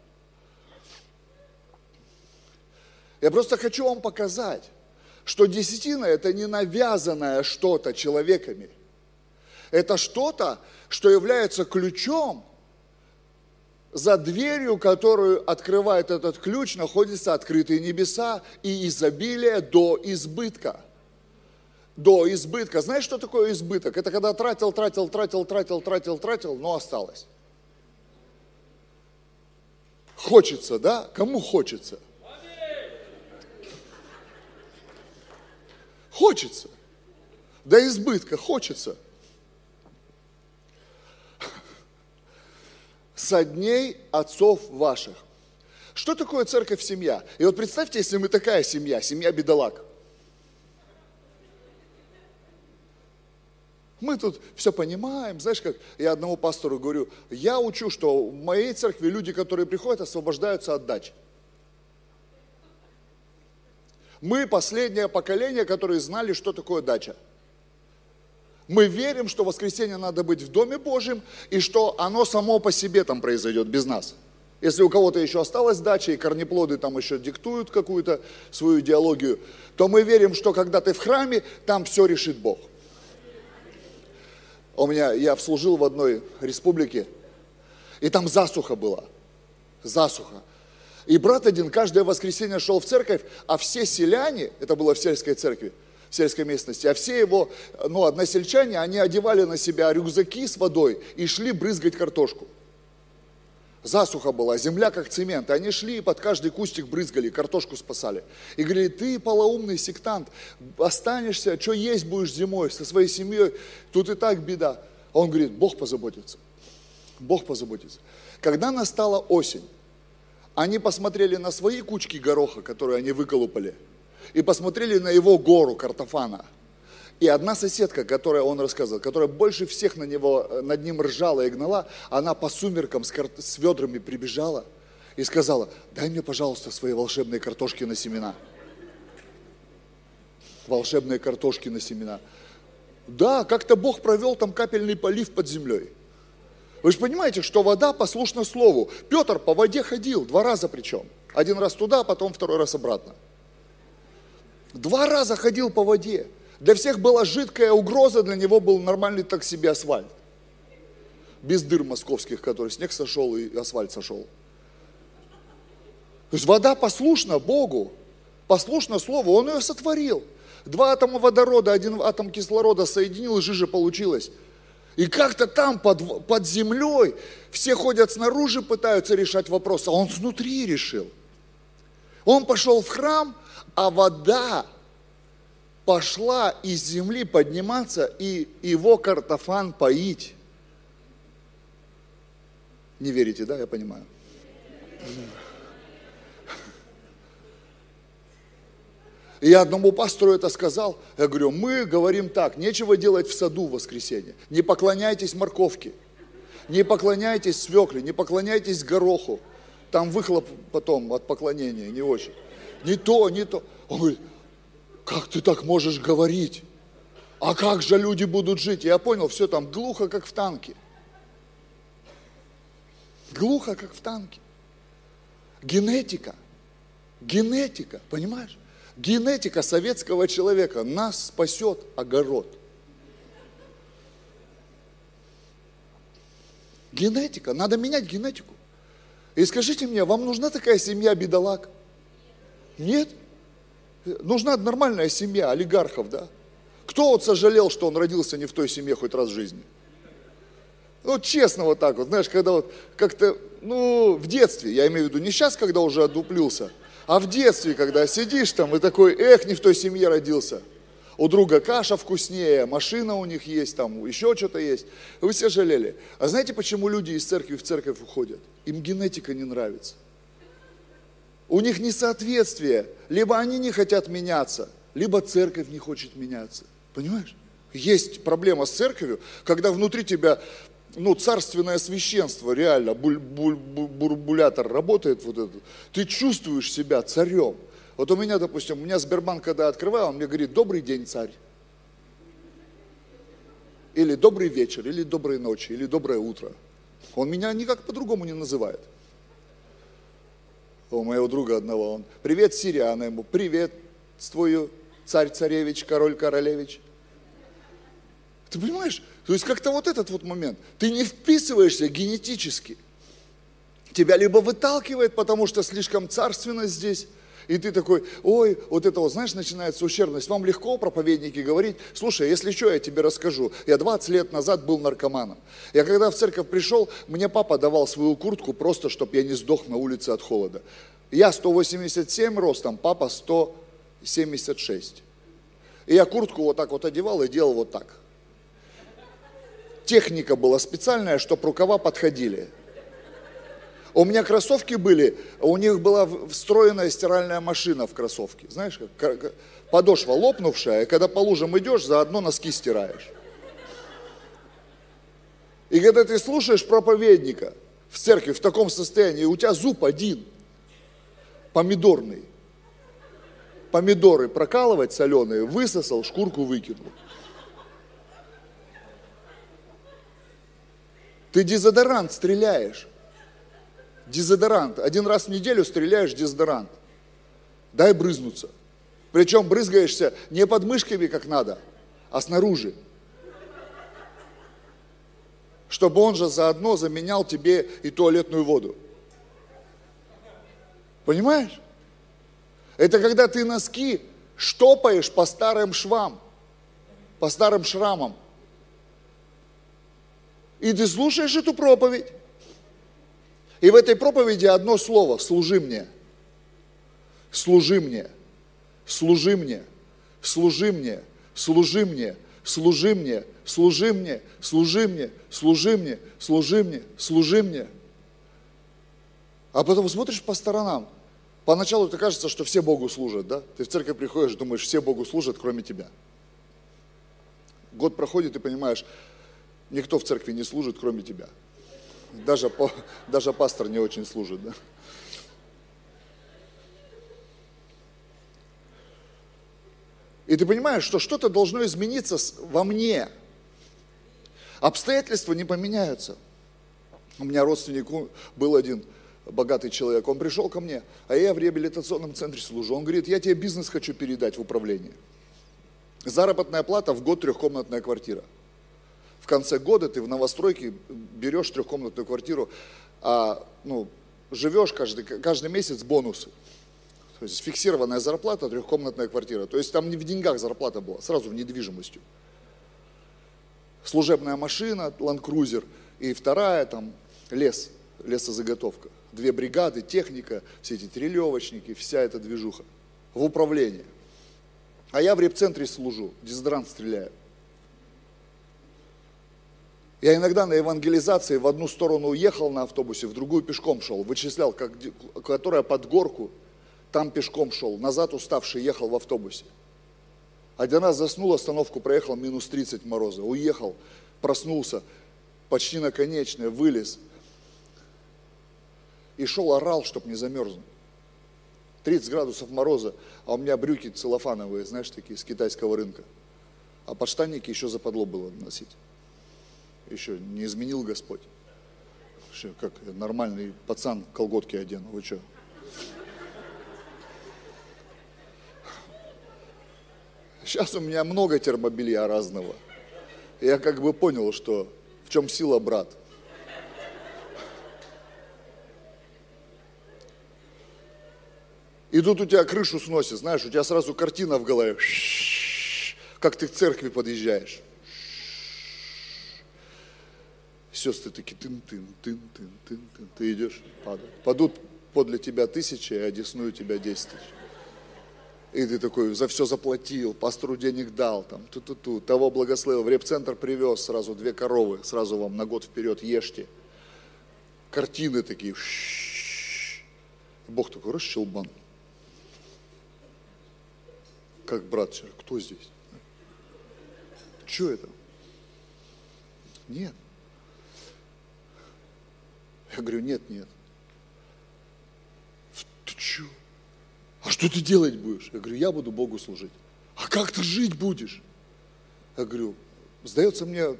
Я просто хочу вам показать, что десятина – это не навязанное что-то человеками. Это что-то, что является ключом, за дверью, которую открывает этот ключ, находятся открытые небеса и изобилие до избытка. До избытка. Знаешь, что такое избыток? Это когда тратил, тратил, тратил, тратил, тратил, тратил, но осталось. Хочется, да? Кому хочется? Хочется. До избытка хочется. Со дней отцов ваших. Что такое церковь-семья? И вот представьте, если мы такая семья, семья бедолаг. Мы тут все понимаем, знаешь, как я одному пастору говорю, я учу, что в моей церкви люди, которые приходят, освобождаются от дач. Мы последнее поколение, которые знали, что такое дача. Мы верим, что в воскресенье надо быть в Доме Божьем, и что оно само по себе там произойдет, без нас. Если у кого-то еще осталась дача, и корнеплоды там еще диктуют какую-то свою идеологию, то мы верим, что когда ты в храме, там все решит Бог. У меня, я служил в одной республике, и там засуха была. Засуха. И брат один каждое воскресенье шел в церковь, а все селяне, это было в сельской церкви, в сельской местности, а все его, ну, односельчане, они одевали на себя рюкзаки с водой и шли брызгать картошку. Засуха была, земля как цемент. И они шли и под каждый кустик брызгали, картошку спасали. И говорили, ты полоумный сектант, останешься, что есть будешь зимой со своей семьей, тут и так беда. А он говорит, Бог позаботится. Бог позаботится. Когда настала осень, они посмотрели на свои кучки гороха, которые они выколупали, и посмотрели на его гору картофана. И одна соседка, которая он рассказывал, которая больше всех на него, над ним ржала и гнала, она по сумеркам с, кар... с ведрами прибежала и сказала, дай мне, пожалуйста, свои волшебные картошки на семена. Волшебные картошки на семена. Да, как-то Бог провел там капельный полив под землей. Вы же понимаете, что вода послушна слову. Петр по воде ходил, два раза причем. Один раз туда, потом второй раз обратно. Два раза ходил по воде. Для всех была жидкая угроза, для него был нормальный так себе асфальт. Без дыр московских, который снег сошел и асфальт сошел. То есть вода послушна Богу, послушна Слову, Он ее сотворил. Два атома водорода, один атом кислорода соединил, и жижа получилась. И как-то там под, под землей все ходят снаружи, пытаются решать вопрос, а он внутри решил. Он пошел в храм, а вода пошла из земли подниматься и его картофан поить. Не верите, да, я понимаю? И я одному пастору это сказал, я говорю, мы говорим так, нечего делать в саду в воскресенье, не поклоняйтесь морковке, не поклоняйтесь свекле, не поклоняйтесь гороху, там выхлоп потом от поклонения не очень, не то, не то. Он говорит, как ты так можешь говорить, а как же люди будут жить? И я понял, все там глухо, как в танке, глухо, как в танке, генетика, генетика, понимаешь? Генетика советского человека. Нас спасет огород. Генетика. Надо менять генетику. И скажите мне, вам нужна такая семья бедолаг? Нет? Нужна нормальная семья олигархов, да? Кто вот сожалел, что он родился не в той семье хоть раз в жизни? Ну, честно вот так вот, знаешь, когда вот как-то, ну, в детстве, я имею в виду, не сейчас, когда уже одуплился, а в детстве, когда сидишь там и такой, эх, не в той семье родился. У друга каша вкуснее, машина у них есть, там еще что-то есть. Вы все жалели. А знаете, почему люди из церкви в церковь уходят? Им генетика не нравится. У них несоответствие. Либо они не хотят меняться, либо церковь не хочет меняться. Понимаешь? Есть проблема с церковью, когда внутри тебя... Ну, царственное священство, реально, буль, буль, буль, бурбулятор работает вот этот. Ты чувствуешь себя царем. Вот у меня, допустим, у меня Сбербанк, когда открываю, он мне говорит, добрый день, царь. Или добрый вечер, или доброй ночи, или доброе утро. Он меня никак по-другому не называет. У моего друга одного, он, привет, Сирия, она ему, приветствую, царь-царевич, король-королевич. Ты понимаешь? То есть как-то вот этот вот момент. Ты не вписываешься генетически. Тебя либо выталкивает, потому что слишком царственно здесь, и ты такой, ой, вот это вот, знаешь, начинается ущербность. Вам легко, проповедники, говорить, слушай, если что, я тебе расскажу. Я двадцать лет назад был наркоманом. Я когда в церковь пришел, мне папа давал свою куртку просто, чтобы я не сдох на улице от холода. Я сто восемьдесят семь ростом, папа сто семьдесят шесть. И я куртку вот так вот одевал и делал вот так. Техника была специальная, чтобы рукава подходили. У меня кроссовки были, у них была встроенная стиральная машина в кроссовке. Знаешь, как подошва лопнувшая, и когда по лужам идешь, заодно носки стираешь. И когда ты слушаешь проповедника в церкви в таком состоянии, у тебя зуб один, помидорный. Помидоры прокалывать соленые, высосал, шкурку выкинул. Ты дезодорант стреляешь. Дезодорант. Один раз в неделю стреляешь дезодорант. Дай брызнуться. Причем брызгаешься не под мышками, как надо, а снаружи. Чтобы он же заодно заменял тебе и туалетную воду. Понимаешь? Это когда ты носки штопаешь по старым швам, по старым шрамам. И ты слушаешь эту проповедь. И в этой проповеди одно слово: служи мне. Служи мне. Служи мне. Служи мне. Служи мне. Служи мне. Служи мне. Служи мне. Служи мне. Служи мне. Служи мне. А потом смотришь по сторонам. Поначалу тебе кажется, что все Богу служат, да? Ты в церковь приходишь, думаешь, все Богу служат, кроме тебя. Год проходит, и понимаешь, никто в церкви не служит, кроме тебя. Даже, по, даже пастор не очень служит, да? И ты понимаешь, что что-то должно измениться во мне. Обстоятельства не поменяются. У меня родственник был один богатый человек, он пришел ко мне, а я в реабилитационном центре служу. Он говорит: я тебе бизнес хочу передать в управление. Заработная плата в год трехкомнатная квартира. В конце года ты в новостройке берешь трехкомнатную квартиру, а ну, живешь каждый, каждый месяц бонусы. То есть фиксированная зарплата, трехкомнатная квартира. То есть там не в деньгах зарплата была, сразу в недвижимостью. Служебная машина, Land Cruiser, и вторая там лес, лесозаготовка. Две бригады, техника, все эти трелевочники, вся эта движуха. В управлении. А я в репцентре служу, дезодорант стреляю. Я иногда на евангелизации в одну сторону уехал на автобусе, в другую пешком шел. Вычислял, как, которая под горку, там пешком шел. Назад уставший ехал в автобусе. Один раз заснул, остановку проехал, минус тридцать мороза. Уехал, проснулся, почти на конечной, вылез. И шел, орал, чтобы не замерзнуть. тридцать градусов мороза, а у меня брюки целлофановые, знаешь, такие, с китайского рынка. А подштанники еще западло было носить. Еще не изменил Господь. Еще как нормальный пацан колготки одену, вы что? Сейчас у меня много термобелья разного. Я как бы понял, что в чем сила, брат. И тут у тебя крышу сносит, знаешь, у тебя сразу картина в голове, как ты к церкви подъезжаешь. Сестры такие, тын-тын, тын-тын, тын-тын, ты идешь, падают. Падут подле тебя тысячи, а одесную тебя десять тысяч. И ты такой, за все заплатил, пастору денег дал, там, ту-ту-ту, того благословил, в репцентр привез сразу две коровы, сразу вам на год вперед ешьте. Картины такие. Бог такой, расщелбан. Как брат, кто здесь? Что это? Нет. Я говорю, нет, нет. Ты что? А что ты делать будешь? Я говорю, я буду Богу служить. А как ты жить будешь? Я говорю, сдается мне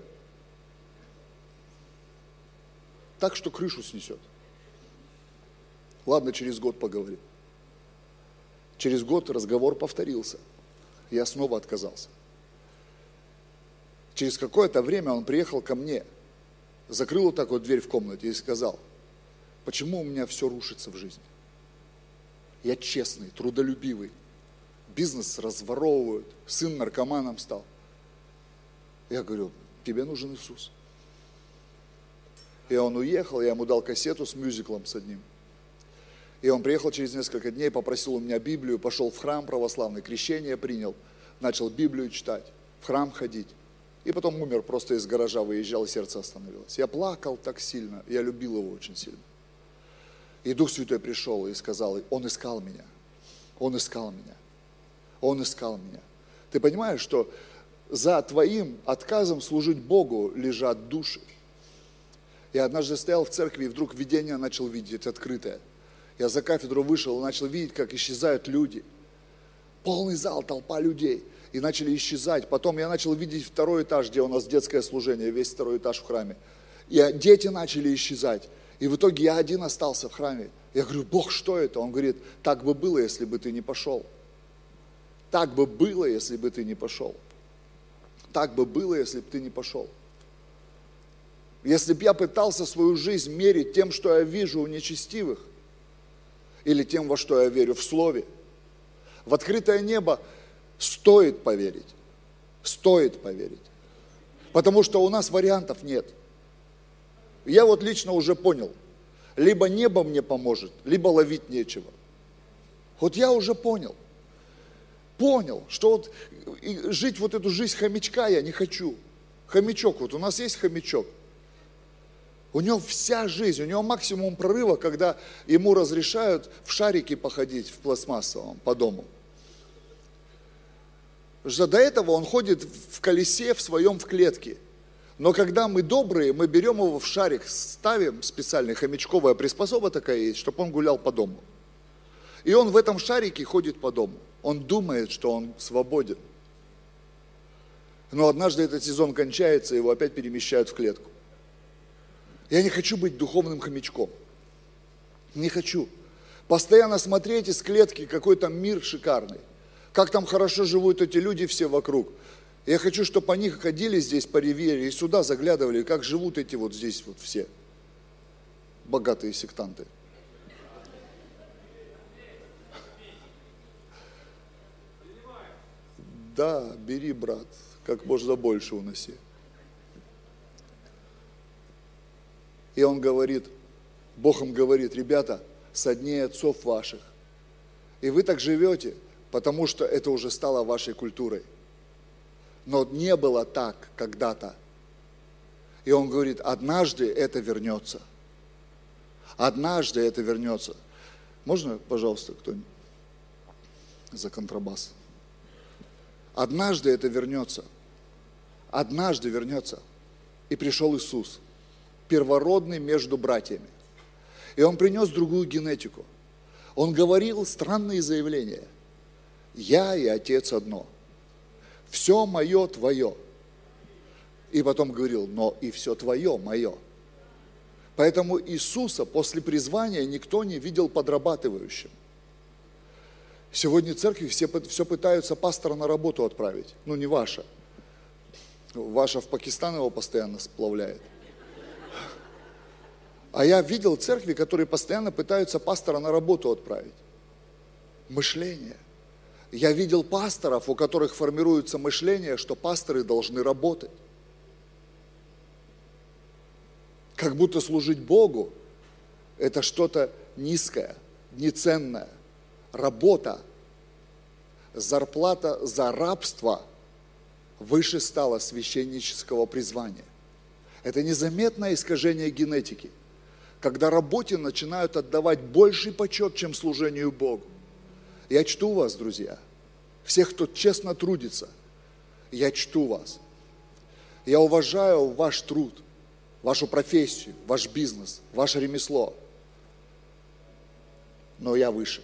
так, что крышу снесет. Ладно, через год поговорим. Через год разговор повторился. Я снова отказался. Через какое-то время он приехал ко мне, закрыл вот так вот дверь в комнате и сказал, почему у меня все рушится в жизни? Я честный, трудолюбивый, бизнес разворовывают, сын наркоманом стал. Я говорю, тебе нужен Иисус. И он уехал, я ему дал кассету с мюзиклом с одним. И он приехал через несколько дней, попросил у меня Библию, пошел в храм православный, крещение принял, начал Библию читать, в храм ходить. И потом умер, просто из гаража выезжал, и сердце остановилось. Я плакал так сильно, я любил его очень сильно. И Дух Святой пришел и сказал, он искал меня, он искал меня, он искал меня. Ты понимаешь, что за твоим отказом служить Богу лежат души. Я однажды стоял в церкви, и вдруг видение начал видеть открытое. Я за кафедру вышел и начал видеть, как исчезают люди. Полный зал, толпа людей. И начали исчезать. Потом я начал видеть второй этаж, где у нас детское служение, весь второй этаж в храме. И дети начали исчезать. И в итоге я один остался в храме. Я говорю: Бог, что это? Он говорит: так бы было, если бы ты не пошел. Так бы было, если бы ты не пошел. Так бы было, если бы ты не пошел. Если бы я пытался свою жизнь мерить тем, что я вижу у нечестивых, или тем, во что я верю в Слове, в открытое небо стоит поверить. Стоит поверить. Потому что у нас вариантов нет. Я вот лично уже понял. Либо небо мне поможет, либо ловить нечего. Вот я уже понял. Понял, что вот жить вот эту жизнь хомячка я не хочу. Хомячок, вот у нас есть хомячок. У него вся жизнь, у него максимум прорыва, когда ему разрешают в шарике походить в пластмассовом по дому. Потому что до этого он ходит в колесе в своем в клетке. Но когда мы добрые, мы берем его в шарик, ставим, специальная хомячковая приспособа такая есть, чтобы он гулял по дому. И он в этом шарике ходит по дому. Он думает, что он свободен. Но однажды этот сезон кончается, его опять перемещают в клетку. Я не хочу быть духовным хомячком. Не хочу. Постоянно смотреть из клетки, какой там мир шикарный. Как там хорошо живут эти люди все вокруг. Я хочу, чтобы они ходили здесь по ривьере и сюда заглядывали, как живут эти вот здесь вот все богатые сектанты. Да, бери, брат, как можно больше уноси. И он говорит, Бог им говорит: ребята, со дней отцов ваших. И вы так живете, потому что это уже стало вашей культурой. Но не было так когда-то. И он говорит: однажды это вернется. Однажды это вернется. Можно, пожалуйста, кто-нибудь за контрабас? Однажды это вернется. Однажды вернется. И пришел Иисус, первородный между братьями. И Он принес другую генетику. Он говорил странные заявления. Я и Отец одно. Все мое твое. И потом говорил: но и все твое мое. Поэтому Иисуса после призвания никто не видел подрабатывающим. Сегодня в церкви все, все пытаются пастора на работу отправить. Ну, не ваша. Ваша в Пакистан его постоянно сплавляет. А я видел церкви, которые постоянно пытаются пастора на работу отправить. Мышление. Я видел пасторов, у которых формируется мышление, что пасторы должны работать. Как будто служить Богу – это что-то низкое, неценное. Работа, зарплата за рабство выше стала священнического призвания. Это незаметное искажение генетики, когда работе начинают отдавать больший почет, чем служению Богу. Я чту вас, друзья, всех, кто честно трудится, я чту вас. Я уважаю ваш труд, вашу профессию, ваш бизнес, ваше ремесло. Но я выше.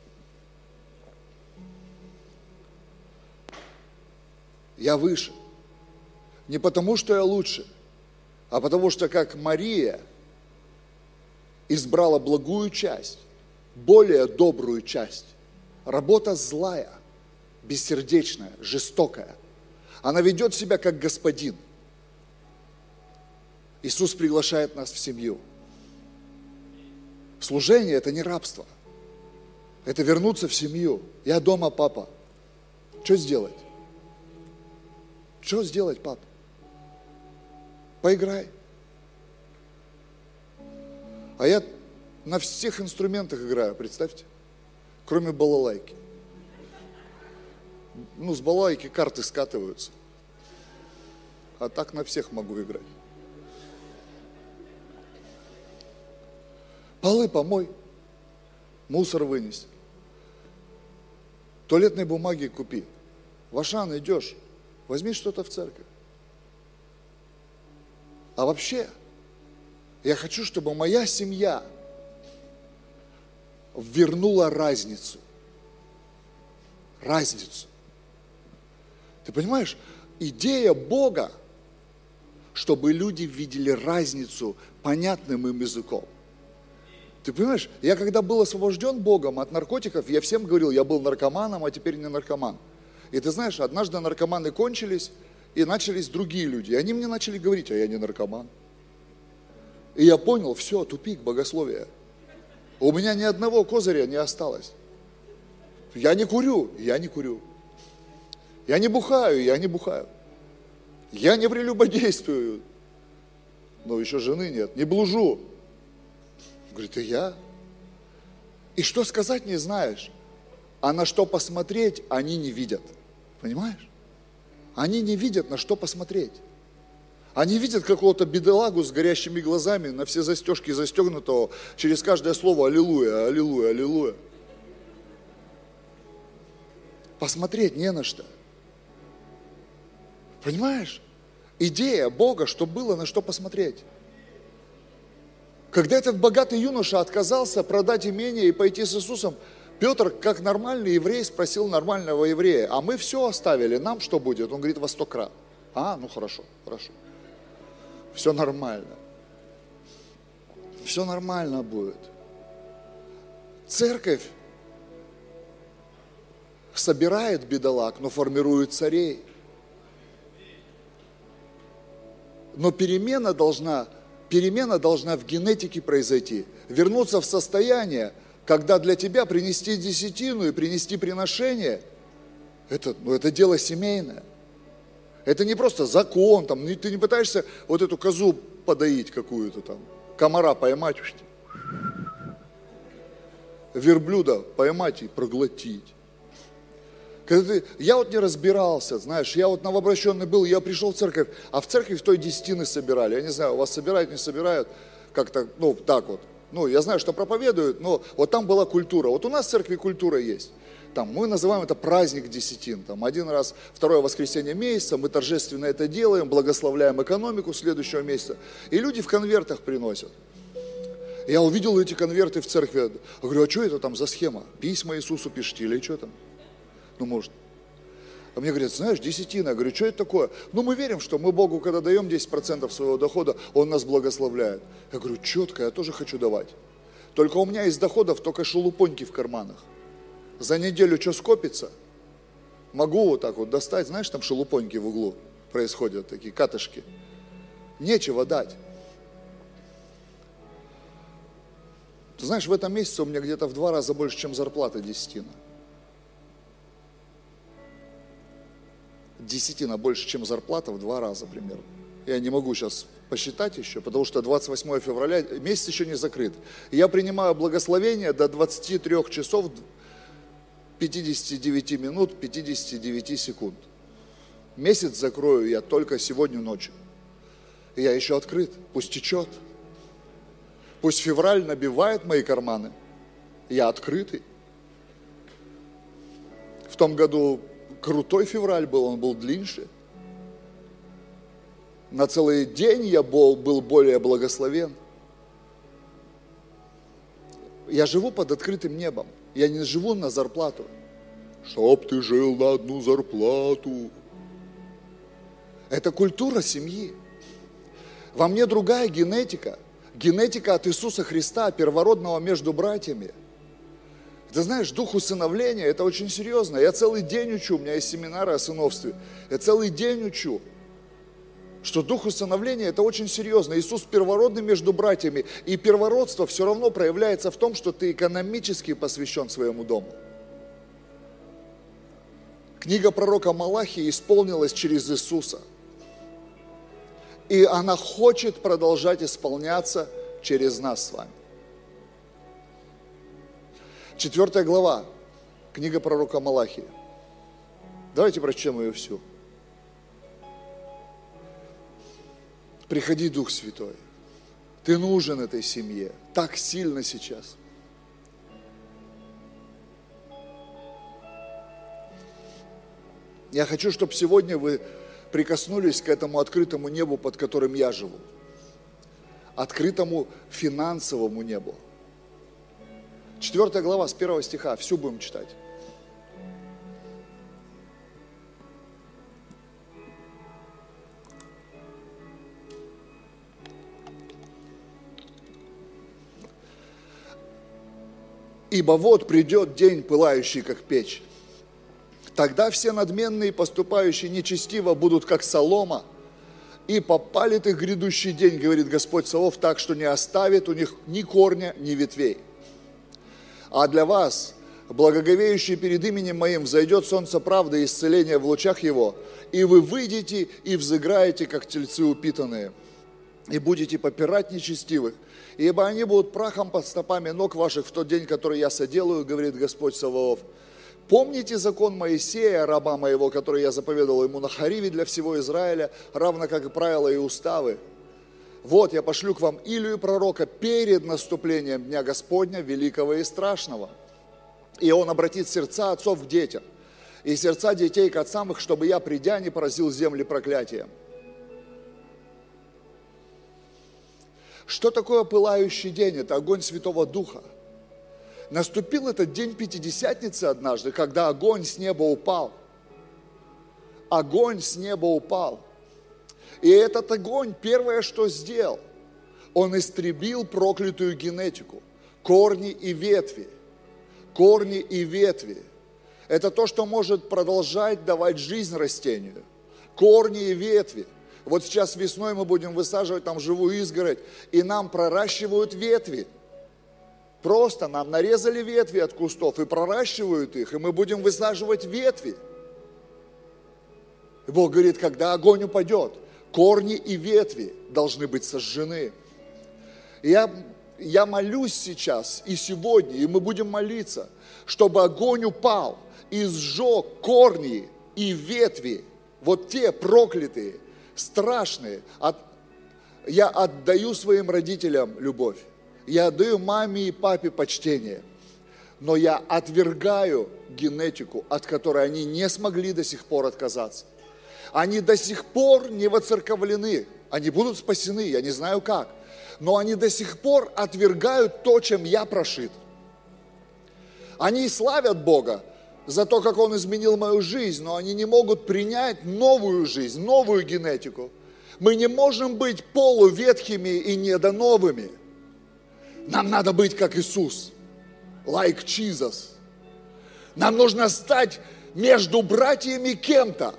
Я выше. Не потому, что я лучше, а потому что, как Мария избрала благую часть, более добрую часть, работа злая, бессердечная, жестокая. Она ведет себя как господин. Иисус приглашает нас в семью. Служение – это не рабство. Это вернуться в семью. Я дома, папа. Что сделать? Что сделать, пап? Поиграй. А я на всех инструментах играю, представьте. Кроме балалайки. Ну, с балалайки карты скатываются. А так на всех могу играть. Полы помой. Мусор вынес. Туалетной бумаги купи. В Ашан идешь. Возьми что-то в церковь. А вообще, я хочу, чтобы моя семья вернула разницу. Разницу. Ты понимаешь, идея Бога, чтобы люди видели разницу понятным им языком. Ты понимаешь, я когда был освобожден Богом от наркотиков, я всем говорил, я был наркоманом, а теперь не наркоман. И ты знаешь, однажды наркоманы кончились, и начались другие люди. И они мне начали говорить, а я не наркоман. И я понял, все, тупик, богословие. У меня ни одного козыря не осталось. Я не курю, я не курю. Я не бухаю, я не бухаю. Я не прелюбодействую. Но еще жены нет, не блужу. Говорит, и я? И что сказать не знаешь, а на что посмотреть они не видят. Понимаешь? Они не видят, на что посмотреть. Они видят какого-то бедолагу с горящими глазами, на все застежки застегнутого, через каждое слово аллилуйя, аллилуйя, аллилуйя. Посмотреть не на что. Понимаешь? Идея Бога, что было на что посмотреть. Когда этот богатый юноша отказался продать имение и пойти с Иисусом, Петр, как нормальный еврей, спросил нормального еврея, а мы все оставили, нам что будет? Он говорит, во сто крат. А, ну хорошо, хорошо. Все нормально. Все нормально будет. Церковь собирает бедолаг, но формирует царей. Но перемена должна... Перемена должна в генетике произойти, вернуться в состояние, когда для тебя принести десятину и принести приношение, это, ну, это дело семейное. Это не просто закон, там, ты не пытаешься вот эту козу подоить какую-то там, комара поймать, верблюда поймать и проглотить. Когда ты, я вот не разбирался, знаешь, я вот новообращенный был, я пришел в церковь, а в церкви в той десятины собирали. Я не знаю, у вас собирают, не собирают, как-то, ну, так вот. Ну, я знаю, что проповедуют, но вот там была культура. Вот у нас в церкви культура есть. Там, мы называем это праздник десятин. Там, один раз, второе воскресенье месяца, мы торжественно это делаем, благословляем экономику следующего месяца. И люди в конвертах приносят. Я увидел эти конверты в церкви. Я говорю, а что это там за схема? Письма Иисусу пишите или что там? Ну, может. А мне говорят, знаешь, десятина. Я говорю, что это такое? Ну, мы верим, что мы Богу, когда даем десять процентов своего дохода, Он нас благословляет. Я говорю, четко, я тоже хочу давать. Только у меня из доходов только шелупоньки в карманах. За неделю что скопится, могу вот так вот достать, знаешь, там шелупоньки в углу происходят, такие катышки. Нечего дать. Ты знаешь, в этом месяце у меня где-то в два раза больше, чем зарплата десятина. Десятина больше, чем зарплата в два раза примерно. Я не могу сейчас посчитать еще, потому что двадцать восьмое февраля, месяц еще не закрыт. Я принимаю благословение до двадцати трёх часов пятидесяти девяти минут пятидесяти девяти секунд. Месяц закрою я только сегодня ночью. И я еще открыт, пусть течет. Пусть февраль набивает мои карманы. Я открытый. В том году крутой февраль был, он был длиннее. На целый день я был, был более благословен. Я живу под открытым небом. Я не живу на зарплату. Чтоб ты жил на одну зарплату. Это культура семьи. Во мне другая генетика. Генетика от Иисуса Христа, первородного между братьями. Ты знаешь, дух усыновления, это очень серьезно. Я целый день учу, у меня есть семинары о сыновстве. Я целый день учу, что дух усыновления это очень серьезно. Иисус первородный между братьями. И первородство все равно проявляется в том, что ты экономически посвящен своему дому. Книга пророка Малахии исполнилась через Иисуса. И она хочет продолжать исполняться через нас с вами. Четвертая глава, книга пророка Малахии. Давайте прочтем ее всю. Приходи, Дух Святой. Ты нужен этой семье так сильно сейчас. Я хочу, чтобы сегодня вы прикоснулись к этому открытому небу, под которым я живу. Открытому финансовому небу. Четвертая глава с первого стиха, всю будем читать. Ибо вот придет день, пылающий, как печь. Тогда все надменные, поступающие нечестиво, будут как солома, и попалит их грядущий день, говорит Господь Саваоф, так, что не оставит у них ни корня, ни ветвей. А для вас, благоговеющие перед именем Моим, взойдет солнце правды и исцеления в лучах Его, и вы выйдете и взыграете, как тельцы упитанные, и будете попирать нечестивых, ибо они будут прахом под стопами ног ваших в тот день, который я соделаю, говорит Господь Саваоф. Помните закон Моисея, раба моего, который я заповедовал ему на Хариве для всего Израиля, равно как и правила и уставы. Вот я пошлю к вам Илию пророка перед наступлением Дня Господня, великого и страшного. И он обратит сердца отцов к детям, и сердца детей к отцам их, чтобы я, придя, не поразил земли проклятием. Что такое пылающий день? Это огонь Святого Духа. Наступил этот день Пятидесятницы однажды, когда огонь с неба упал. Огонь с неба упал. И этот огонь первое, что сделал, он истребил проклятую генетику, корни и ветви. Корни и ветви. Это то, что может продолжать давать жизнь растению. Корни и ветви. Вот сейчас весной мы будем высаживать там живую изгородь, и нам проращивают ветви. Просто нам нарезали ветви от кустов и проращивают их, и мы будем высаживать ветви. И Бог говорит, когда огонь упадет, корни и ветви должны быть сожжены. И я, я молюсь сейчас и сегодня, и мы будем молиться, чтобы огонь упал и сжег корни и ветви, вот те проклятые, страшные. От, я отдаю своим родителям любовь. Я отдаю маме и папе почтение, но я отвергаю генетику, от которой они не смогли до сих пор отказаться. Они до сих пор не воцерковлены, они будут спасены, я не знаю как, но они до сих пор отвергают то, чем я прошит. Они славят Бога за то, как Он изменил мою жизнь, но они не могут принять новую жизнь, новую генетику. Мы не можем быть полуветхими и недоновыми. Нам надо быть как Иисус, like Jesus. Нам нужно стать между братьями кем-то.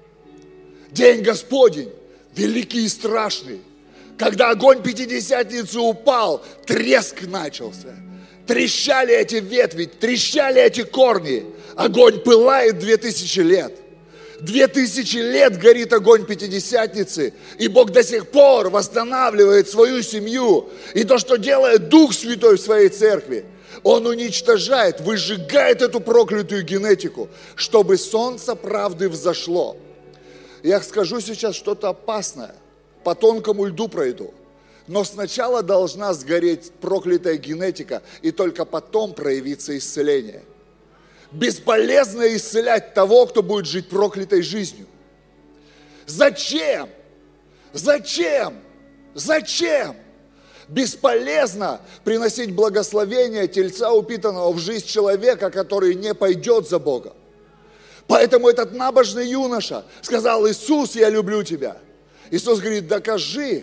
День Господень, великий и страшный. Когда огонь Пятидесятницы упал, треск начался. Трещали эти ветви, трещали эти корни. Огонь пылает две тысячи лет. Две тысячи лет горит огонь Пятидесятницы, и Бог до сих пор восстанавливает свою семью. И то, что делает Дух Святой в своей церкви, Он уничтожает, выжигает эту проклятую генетику, чтобы солнце правды взошло. Я скажу сейчас что-то опасное, по тонкому льду пройду. Но сначала должна сгореть проклятая генетика, и только потом проявится исцеление. Бесполезно исцелять того, кто будет жить проклятой жизнью. Зачем? Зачем? Зачем? Бесполезно приносить благословение тельца упитанного в жизнь человека, который не пойдет за Богом. Поэтому этот набожный юноша сказал: Иисус, я люблю тебя. Иисус говорит: докажи,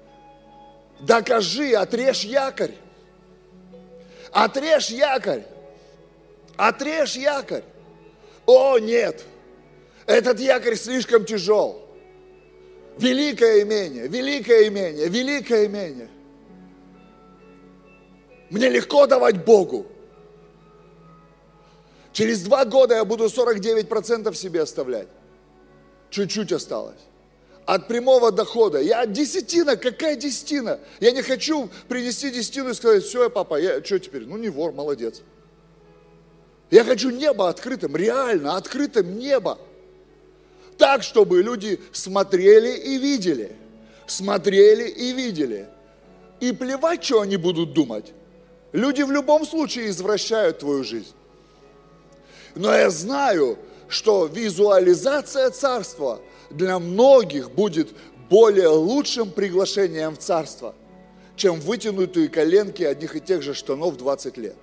докажи, отрежь якорь. Отрежь якорь. Отрежь якорь. О, нет, этот якорь слишком тяжел. Великое имение, великое имение, великое имение. Мне легко давать Богу. Через два года я буду сорок девять процентов себе оставлять. Чуть-чуть осталось. От прямого дохода. Я десятина, какая десятина? Я не хочу принести десятину и сказать: все, папа, я что теперь? Ну не вор, молодец. Я хочу небо открытым, реально открытым небо. Так, чтобы люди смотрели и видели. Смотрели и видели. И плевать, что они будут думать. Люди в любом случае извращают твою жизнь. Но я знаю, что визуализация царства для многих будет более лучшим приглашением в царство, чем вытянутые коленки одних и тех же штанов двадцать лет.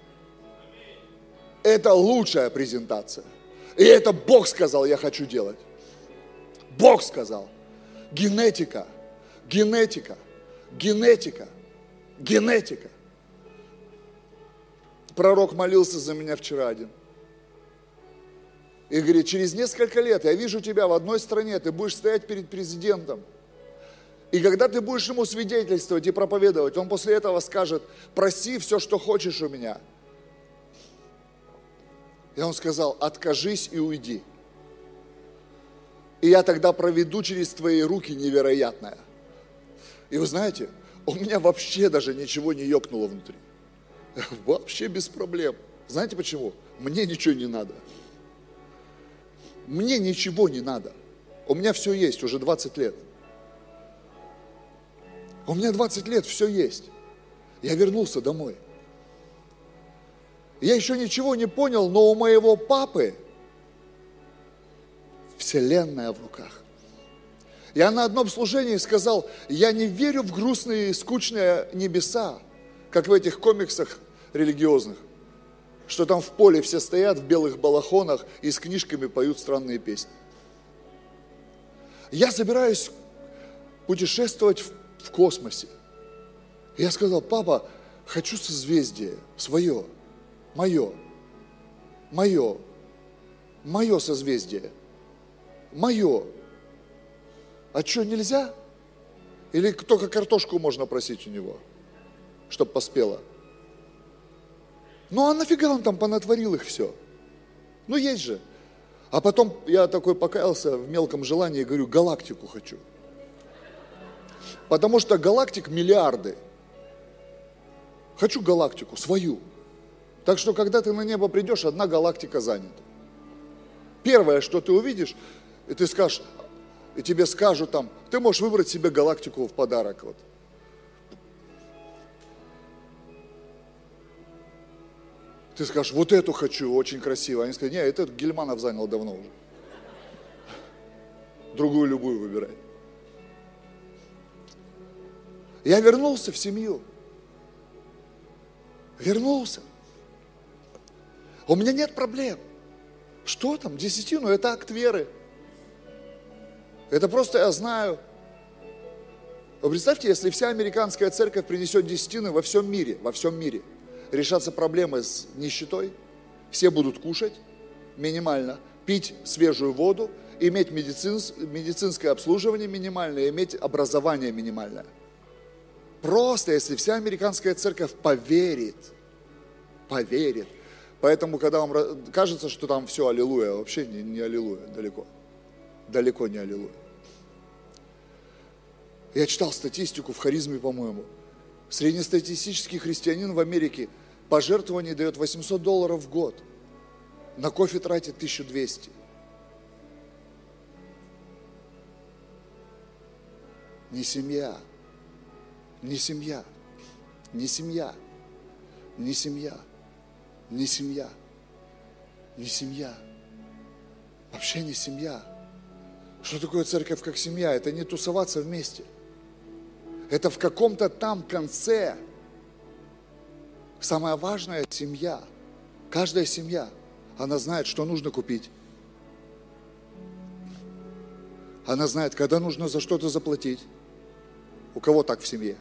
Это лучшая презентация. И это Бог сказал, я хочу делать. Бог сказал. Генетика, генетика, генетика, генетика. Пророк молился за меня вчера один. И говорит, через несколько лет я вижу тебя в одной стране, ты будешь стоять перед президентом. И когда ты будешь ему свидетельствовать и проповедовать, он после этого скажет, проси все, что хочешь у меня. И он сказал, откажись и уйди. И я тогда проведу через твои руки невероятное. И вы знаете, у меня вообще даже ничего не ёкнуло внутри. Вообще без проблем. Знаете почему? Мне ничего не надо. Мне ничего не надо. У меня все есть уже двадцать лет. У меня двадцать лет, все есть. Я вернулся домой. Я еще ничего не понял, но у моего папы вселенная в руках. Я на одном служении сказал, я не верю в грустные, скучные небеса, как в этих комиксах религиозных, что там в поле все стоят в белых балахонах и с книжками поют странные песни. Я собираюсь путешествовать в, в космосе. Я сказал, папа, хочу созвездие свое, мое, мое, мое созвездие, мое. А что, нельзя? Или только картошку можно просить у него, чтобы поспела? Ну а нафига он там понатворил их все? Ну есть же. А потом я такой покаялся в мелком желании и говорю, галактику хочу. Потому что галактик миллиарды. Хочу галактику, свою. Так что, когда ты на небо придешь, одна галактика занята. Первое, что ты увидишь, и ты скажешь, и тебе скажут там, ты можешь выбрать себе галактику в подарок. Вот. Ты скажешь, вот эту хочу, очень красиво. Они скажут, нет, это Гельманов занял давно уже. Другую любую выбирай. Я вернулся в семью. Вернулся. У меня нет проблем. Что там, десятину, это акт веры. Это просто я знаю. Вы представьте, если вся американская церковь принесет десятины во всем мире, во всем мире, решатся проблемы с нищетой, все будут кушать минимально, пить свежую воду, иметь медицинс, медицинское обслуживание минимальное, иметь образование минимальное. Просто если вся американская церковь поверит, поверит. Поэтому, когда вам кажется, что там все аллилуйя, вообще не, не аллилуйя, далеко. Далеко не аллилуйя. Я читал статистику в Харизме, по-моему. Среднестатистический христианин в Америке пожертвование дает восемьсот долларов в год. На кофе тратит тысячу двести. Не семья. Не семья. Не семья. Не семья. Не семья. Не семья. Вообще не семья. Что такое церковь как семья? Это не тусоваться вместе. Это в каком-то там конце. Самое важное – семья. Каждая семья, она знает, что нужно купить. Она знает, когда нужно за что-то заплатить. У кого так в семье?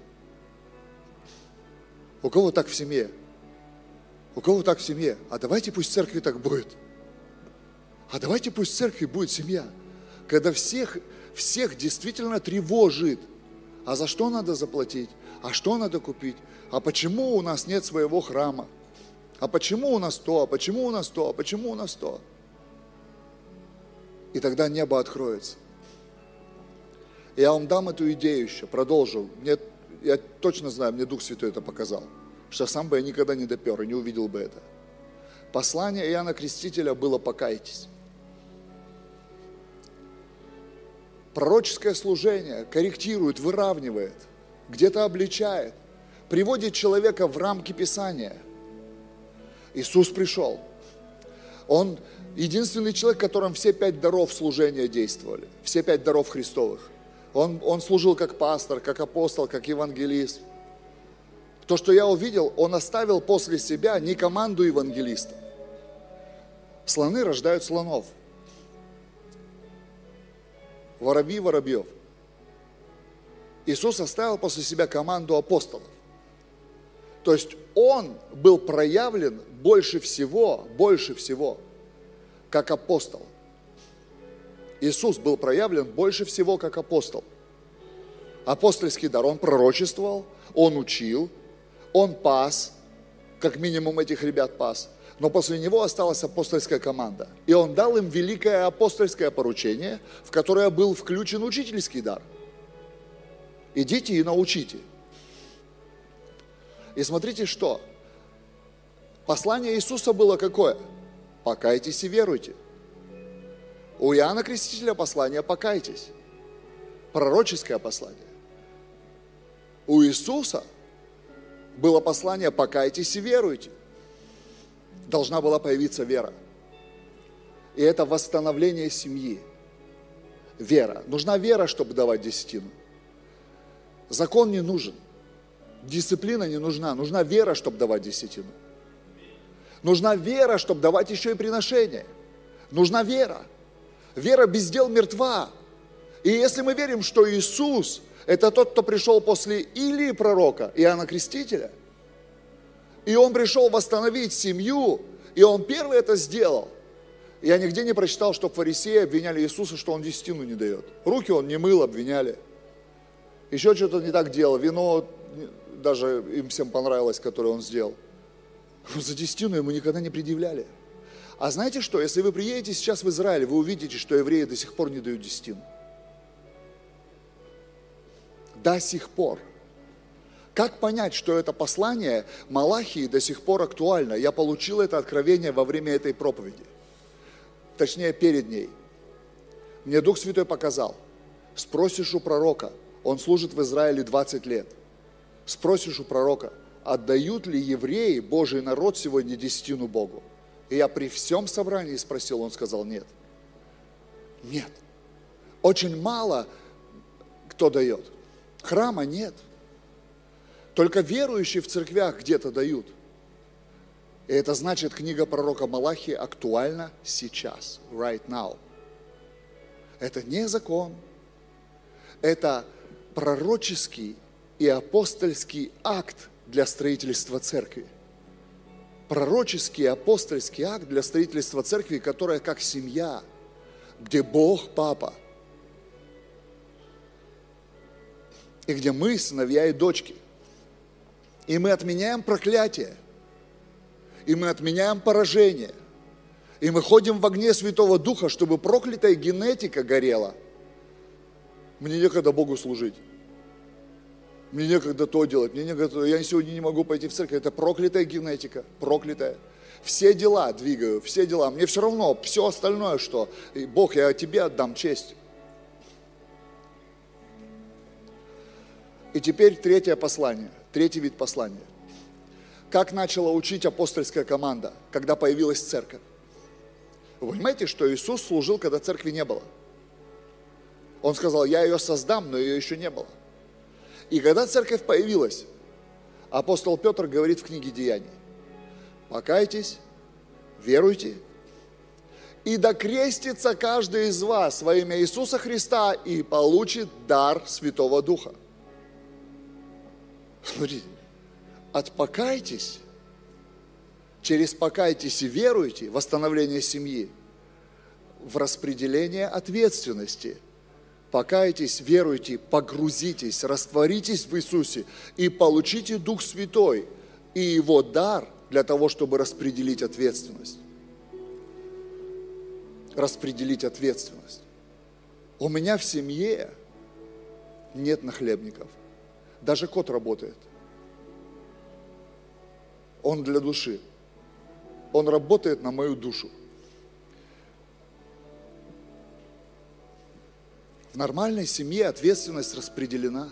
У кого так в семье? У кого так в семье? А давайте пусть в церкви так будет. А давайте пусть в церкви будет семья. Когда всех, всех действительно тревожит. А за что надо заплатить? А что надо купить? А почему у нас нет своего храма? А почему у нас то? А почему у нас то? А почему у нас то? И тогда небо откроется. Я вам дам эту идею еще, продолжу. Мне, я точно знаю, мне Дух Святой это показал. Что сам бы я никогда не допер и не увидел бы это. Послание Иоанна Крестителя было «покайтесь». Пророческое служение корректирует, выравнивает, где-то обличает, приводит человека в рамки Писания. Иисус пришел. Он единственный человек, которым все пять даров служения действовали, все пять даров Христовых. Он, он служил как пастор, как апостол, как евангелист. То, что я увидел, он оставил после себя не команду евангелистов. Слоны рождают слонов. Воробьи воробьев. Иисус оставил после себя команду апостолов. То есть он был проявлен больше всего, больше всего, как апостол. Иисус был проявлен больше всего, как апостол. Апостольский дар, он пророчествовал, он учил, он пас, как минимум этих ребят пас. Но после него осталась апостольская команда. И он дал им великое апостольское поручение, в которое был включен учительский дар. Идите и научите. И смотрите, что? Послание Иисуса было какое? Покайтесь и веруйте. У Иоанна Крестителя послание «покайтесь». Пророческое послание. У Иисуса было послание «покайтесь и веруйте». Должна была появиться вера. И это восстановление семьи. Вера. Нужна вера, чтобы давать десятину. Закон не нужен. Дисциплина не нужна. Нужна вера, чтобы давать десятину. Нужна вера, чтобы давать еще и приношение. Нужна вера. Вера без дел мертва. И если мы верим, что Иисус – это тот, кто пришел после Илии пророка, Иоанна Крестителя, и Он пришел восстановить семью, и Он первый это сделал. Я нигде не прочитал, что фарисеи обвиняли Иисуса, что Он десятину не дает. Руки Он не мыл, обвиняли. Еще что-то не так делал. Вино даже им всем понравилось, которое Он сделал. Но за десятину Ему никогда не предъявляли. А знаете что? Если вы приедете сейчас в Израиль, вы увидите, что евреи до сих пор не дают десятину. До сих пор. Как понять, что это послание Малахии до сих пор актуально? Я получил это откровение во время этой проповеди. Точнее, перед ней. Мне Дух Святой показал. Спросишь у пророка, он служит в Израиле двадцать лет. Спросишь у пророка, отдают ли евреи, Божий народ, сегодня десятину Богу? И я при всем собрании спросил, он сказал нет. Нет. Очень мало кто дает. Храма нет. Только верующие в церквях где-то дают. И это значит, книга пророка Малахии актуальна сейчас, right now. Это не закон. Это пророческий и апостольский акт для строительства церкви. Пророческий и апостольский акт для строительства церкви, которая как семья, где Бог Папа, и где мы, сыновья и дочки. И мы отменяем проклятие, и мы отменяем поражение, и мы ходим в огне Святого Духа, чтобы проклятая генетика горела. Мне некогда Богу служить. Мне некогда то делать, мне некогда, я сегодня не могу пойти в церковь. Это проклятая генетика, проклятая. Все дела двигаю, все дела. Мне все равно, все остальное, что Бог, я тебе отдам честь. И теперь третье послание, третий вид послания. Как начала учить апостольская команда, когда появилась церковь? Вы понимаете, что Иисус служил, когда церкви не было? Он сказал, я ее создам, но ее еще не было. И когда церковь появилась, апостол Петр говорит в книге Деяний, покайтесь, веруйте, и докрестится каждый из вас во имя Иисуса Христа и получит дар Святого Духа. Смотрите, от покайтесь, через покайтесь и веруйте, восстановление семьи, в распределение ответственности. Покайтесь, веруйте, погрузитесь, растворитесь в Иисусе и получите Дух Святой и Его дар для того, чтобы распределить ответственность. Распределить ответственность. У меня в семье нет нахлебников. Даже кот работает. Он для души. Он работает на мою душу. В нормальной семье ответственность распределена.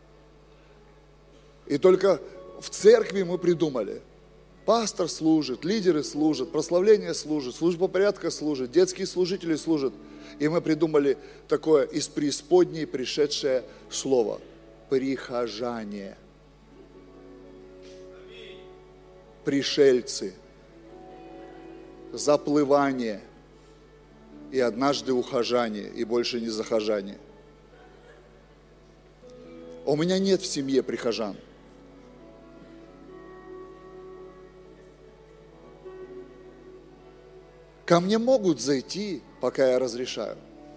И только в церкви мы придумали. Пастор служит, лидеры служат, прославление служит, служба порядка служит, детские служители служат. И мы придумали такое из преисподней пришедшее слово. Прихожане. Пришельцы. Заплывание. И однажды ухожание, и больше не захожание. У меня нет в семье прихожан. Ко мне могут зайти, пока я разрешаю.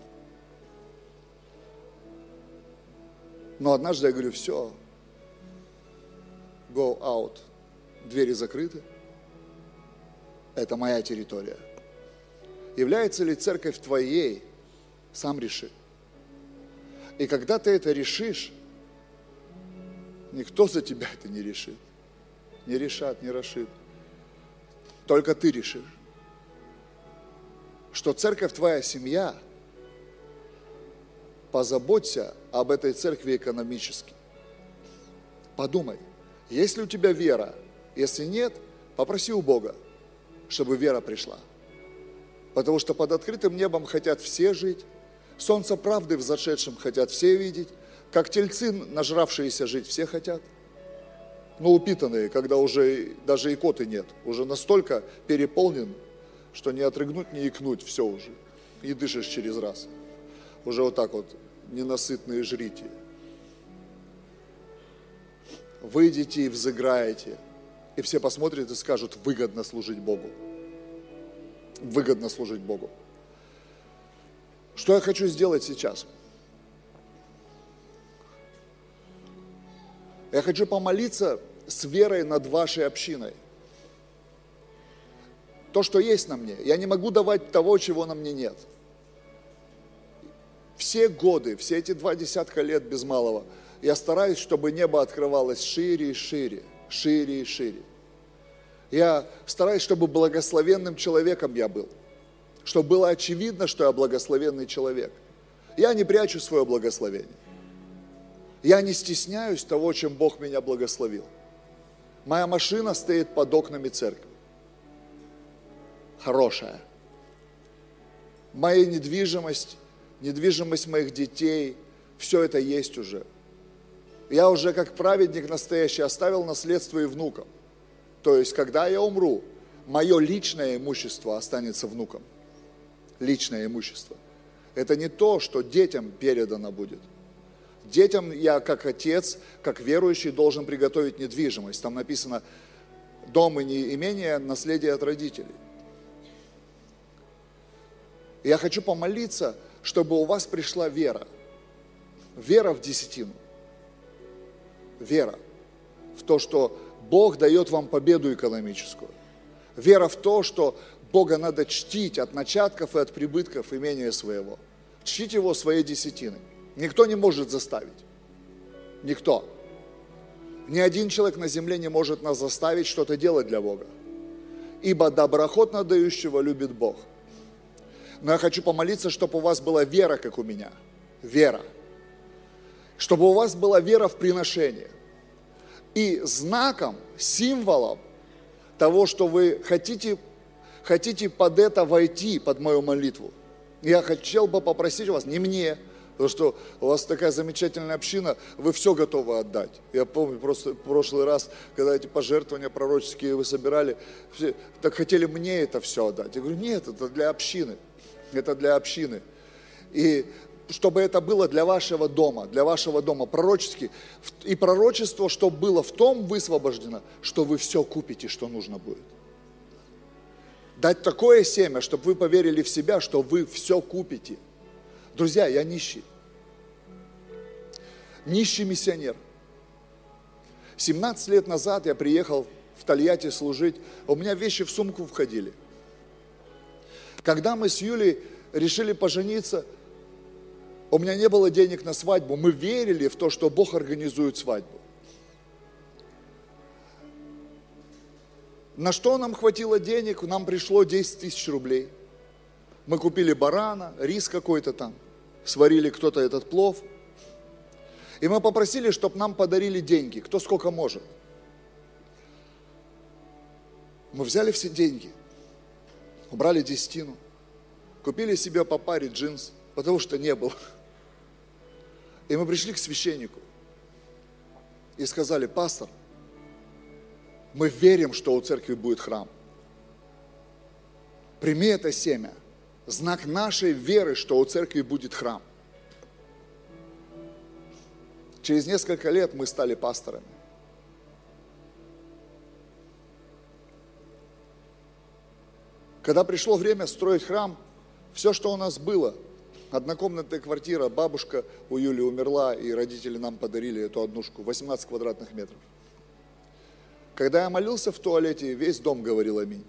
Но однажды я говорю, все, go out, двери закрыты, это моя территория. Является ли церковь твоей, сам реши. И когда ты это решишь, никто за тебя это не решит. Не решат, не решит. Только ты решишь, что церковь твоя семья, позаботься об этой церкви экономически. Подумай, есть ли у тебя вера? Если нет, попроси у Бога, чтобы вера пришла. Потому что под открытым небом хотят все жить, солнце правды взошедшим хотят все видеть, как тельцы, нажравшиеся жить, все хотят. Но упитанные, когда уже даже икоты нет, уже настолько переполнен, что не отрыгнуть, не икнуть, все уже. И дышишь через раз. Уже вот так вот, ненасытные жрите. Выйдете и взыграете. И все посмотрят и скажут, выгодно служить Богу. Выгодно служить Богу. Что я хочу сделать сейчас? Я хочу помолиться с верой над вашей общиной. То, что есть на мне. Я не могу давать того, чего на мне нет. Все годы, все эти два десятка лет без малого, я стараюсь, чтобы небо открывалось шире и шире, шире и шире. Я стараюсь, чтобы благословенным человеком я был. Чтобы было очевидно, что я благословенный человек. Я не прячу свое благословение. Я не стесняюсь того, чем Бог меня благословил. Моя машина стоит под окнами церкви. Хорошая. Моя недвижимость, недвижимость моих детей, все это есть уже. Я уже как праведник настоящий оставил наследство и внукам. То есть, когда я умру, мое личное имущество останется внукам. Личное имущество. Это не то, что детям передано будет. Детям я, как отец, как верующий, должен приготовить недвижимость. Там написано, дом и не имение, наследие от родителей. Я хочу помолиться, чтобы у вас пришла вера. Вера в десятину. Вера в то, что Бог дает вам победу экономическую. Вера в то, что Бога надо чтить от начатков и от прибытков имения своего. Чтить Его своей десятиной. Никто не может заставить. Никто. Ни один человек на земле не может нас заставить что-то делать для Бога. Ибо доброохотно дающего любит Бог. Но я хочу помолиться, чтобы у вас была вера, как у меня. Вера. Чтобы у вас была вера в приношение. И знаком, символом того, что вы хотите, хотите под это войти, под мою молитву. Я хотел бы попросить вас, не мне, потому что у вас такая замечательная община, вы все готовы отдать. Я помню просто в прошлый раз, когда эти пожертвования пророческие вы собирали, все, так хотели мне это все отдать. Я говорю, нет, это для общины. Это для общины. И чтобы это было для вашего дома, для вашего дома пророчески. И пророчество, чтобы было в том высвобождено, что вы все купите, что нужно будет. Дать такое семя, чтобы вы поверили в себя, что вы все купите. Друзья, я нищий. Нищий миссионер. семнадцать лет назад я приехал в Тольятти служить, у меня вещи в сумку входили. Когда мы с Юлей решили пожениться, у меня не было денег на свадьбу, мы верили в то, что Бог организует свадьбу. На что нам хватило денег? Нам пришло десять тысяч рублей. Мы купили барана, рис какой-то там, сварили кто-то этот плов. И мы попросили, чтобы нам подарили деньги, кто сколько может. Мы взяли все деньги, убрали десятину, купили себе по паре джинс, потому что не было. И мы пришли к священнику и сказали, пастор, мы верим, что у церкви будет храм. Прими это семя, знак нашей веры, что у церкви будет храм. Через несколько лет мы стали пасторами. Когда пришло время строить храм, все, что у нас было, однокомнатная квартира, бабушка у Юли умерла, и родители нам подарили эту однушку, восемнадцать квадратных метров. Когда я молился в туалете, весь дом говорил аминь.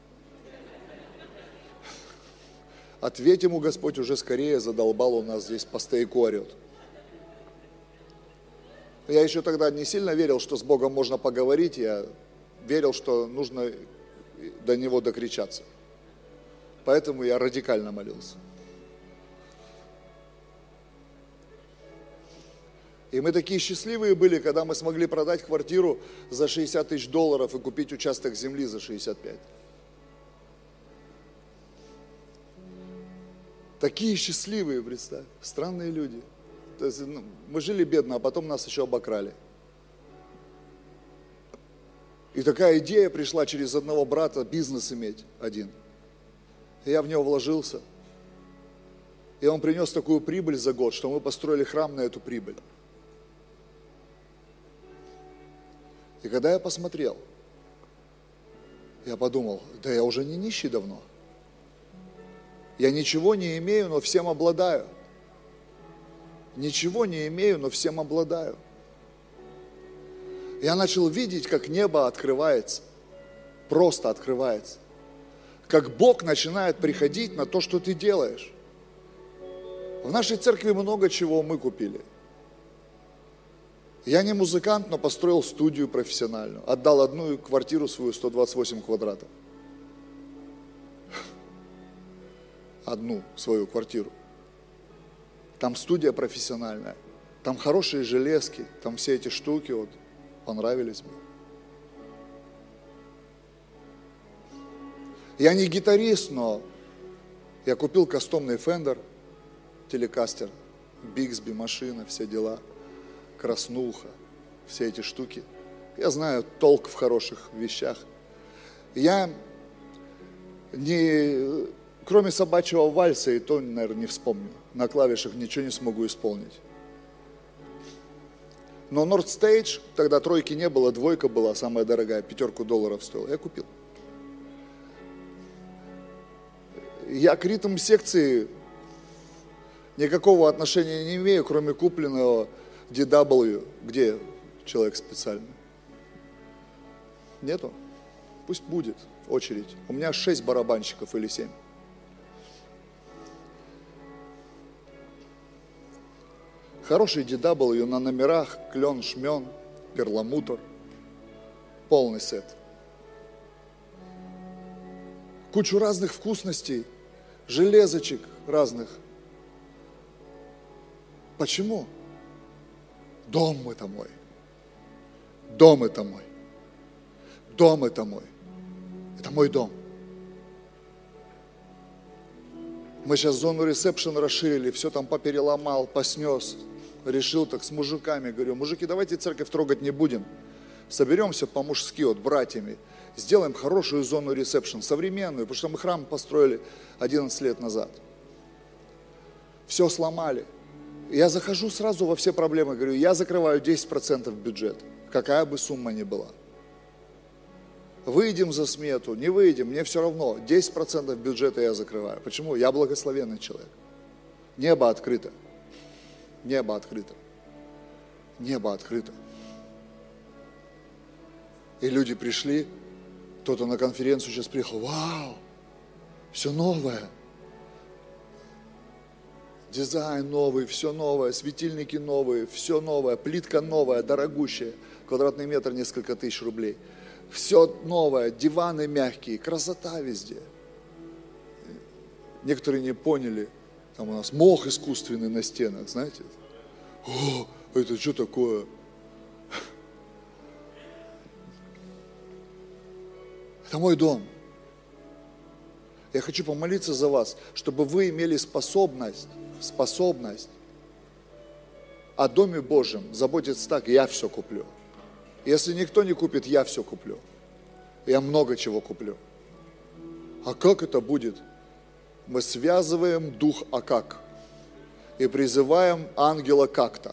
Ответь ему, Господь, уже скорее, задолбал, у нас здесь по стояку орет. Я еще тогда не сильно верил, что с Богом можно поговорить, я верил, что нужно до Него докричаться. Поэтому я радикально молился. И мы такие счастливые были, когда мы смогли продать квартиру за шестьдесят тысяч долларов и купить участок земли за шестьдесят пять. Такие счастливые, представь, странные люди. То есть, ну, мы жили бедно, а потом нас еще обокрали. И такая идея пришла через одного брата, бизнес иметь один. И я в него вложился. И он принес такую прибыль за год, что мы построили храм на эту прибыль. И когда я посмотрел, я подумал, да я уже не нищий давно. Я ничего не имею, но всем обладаю. Ничего не имею, но всем обладаю. Я начал видеть, как небо открывается. Просто открывается. Как Бог начинает приходить на то, что ты делаешь. В нашей церкви много чего мы купили. Я не музыкант, но построил студию профессиональную. Отдал одну квартиру свою, сто двадцать восемь квадратов. Одну свою квартиру. Там студия профессиональная. Там хорошие железки. Там все эти штуки вот понравились мне. Я не гитарист, но я купил кастомный Fender, телекастер, Bixby, машина, все дела. Краснуха, все эти штуки. Я знаю толк в хороших вещах. Я не, кроме собачьего вальса, и то, наверное, не вспомню. На клавишах ничего не смогу исполнить. Но Nord Stage, тогда тройки не было, двойка была самая дорогая, пятерку долларов стоила. Я купил. Я к ритм-секции никакого отношения не имею, кроме купленного ди дабл ю, где человек специальный? Нету? Пусть будет очередь. У меня шесть барабанщиков или семь. Хороший ди дабл ю на номерах, клен, шмен, перламутр. Полный сет. Кучу разных вкусностей, железочек разных. Почему? Дом это мой. Дом это мой. Дом это мой. Это мой дом. Мы сейчас зону ресепшн расширили, все там попереломал, поснес. Решил так с мужиками, говорю, мужики, давайте церковь трогать не будем. Соберемся по-мужски, вот братьями, сделаем хорошую зону ресепшн, современную, потому что мы храм построили одиннадцать лет назад. Все сломали. Я захожу сразу во все проблемы, говорю, я закрываю десять процентов бюджета, какая бы сумма ни была. Выйдем за смету, не выйдем, мне все равно, десять процентов бюджета я закрываю. Почему? Я благословенный человек. Небо открыто. Небо открыто. Небо открыто. И люди пришли, кто-то на конференцию сейчас приехал, вау, все новое. Дизайн новый, все новое, светильники новые, все новое, плитка новая, дорогущая, квадратный метр несколько тысяч рублей. Все новое, диваны мягкие, красота везде. Некоторые не поняли, там у нас мох искусственный на стенах, знаете. О, это что такое? Это мой дом. Я хочу помолиться за вас, чтобы вы имели способность, способность о Доме Божьем заботиться так, я все куплю. Если никто не купит, я все куплю. Я много чего куплю. А как это будет? Мы связываем дух а как и призываем ангела как-то.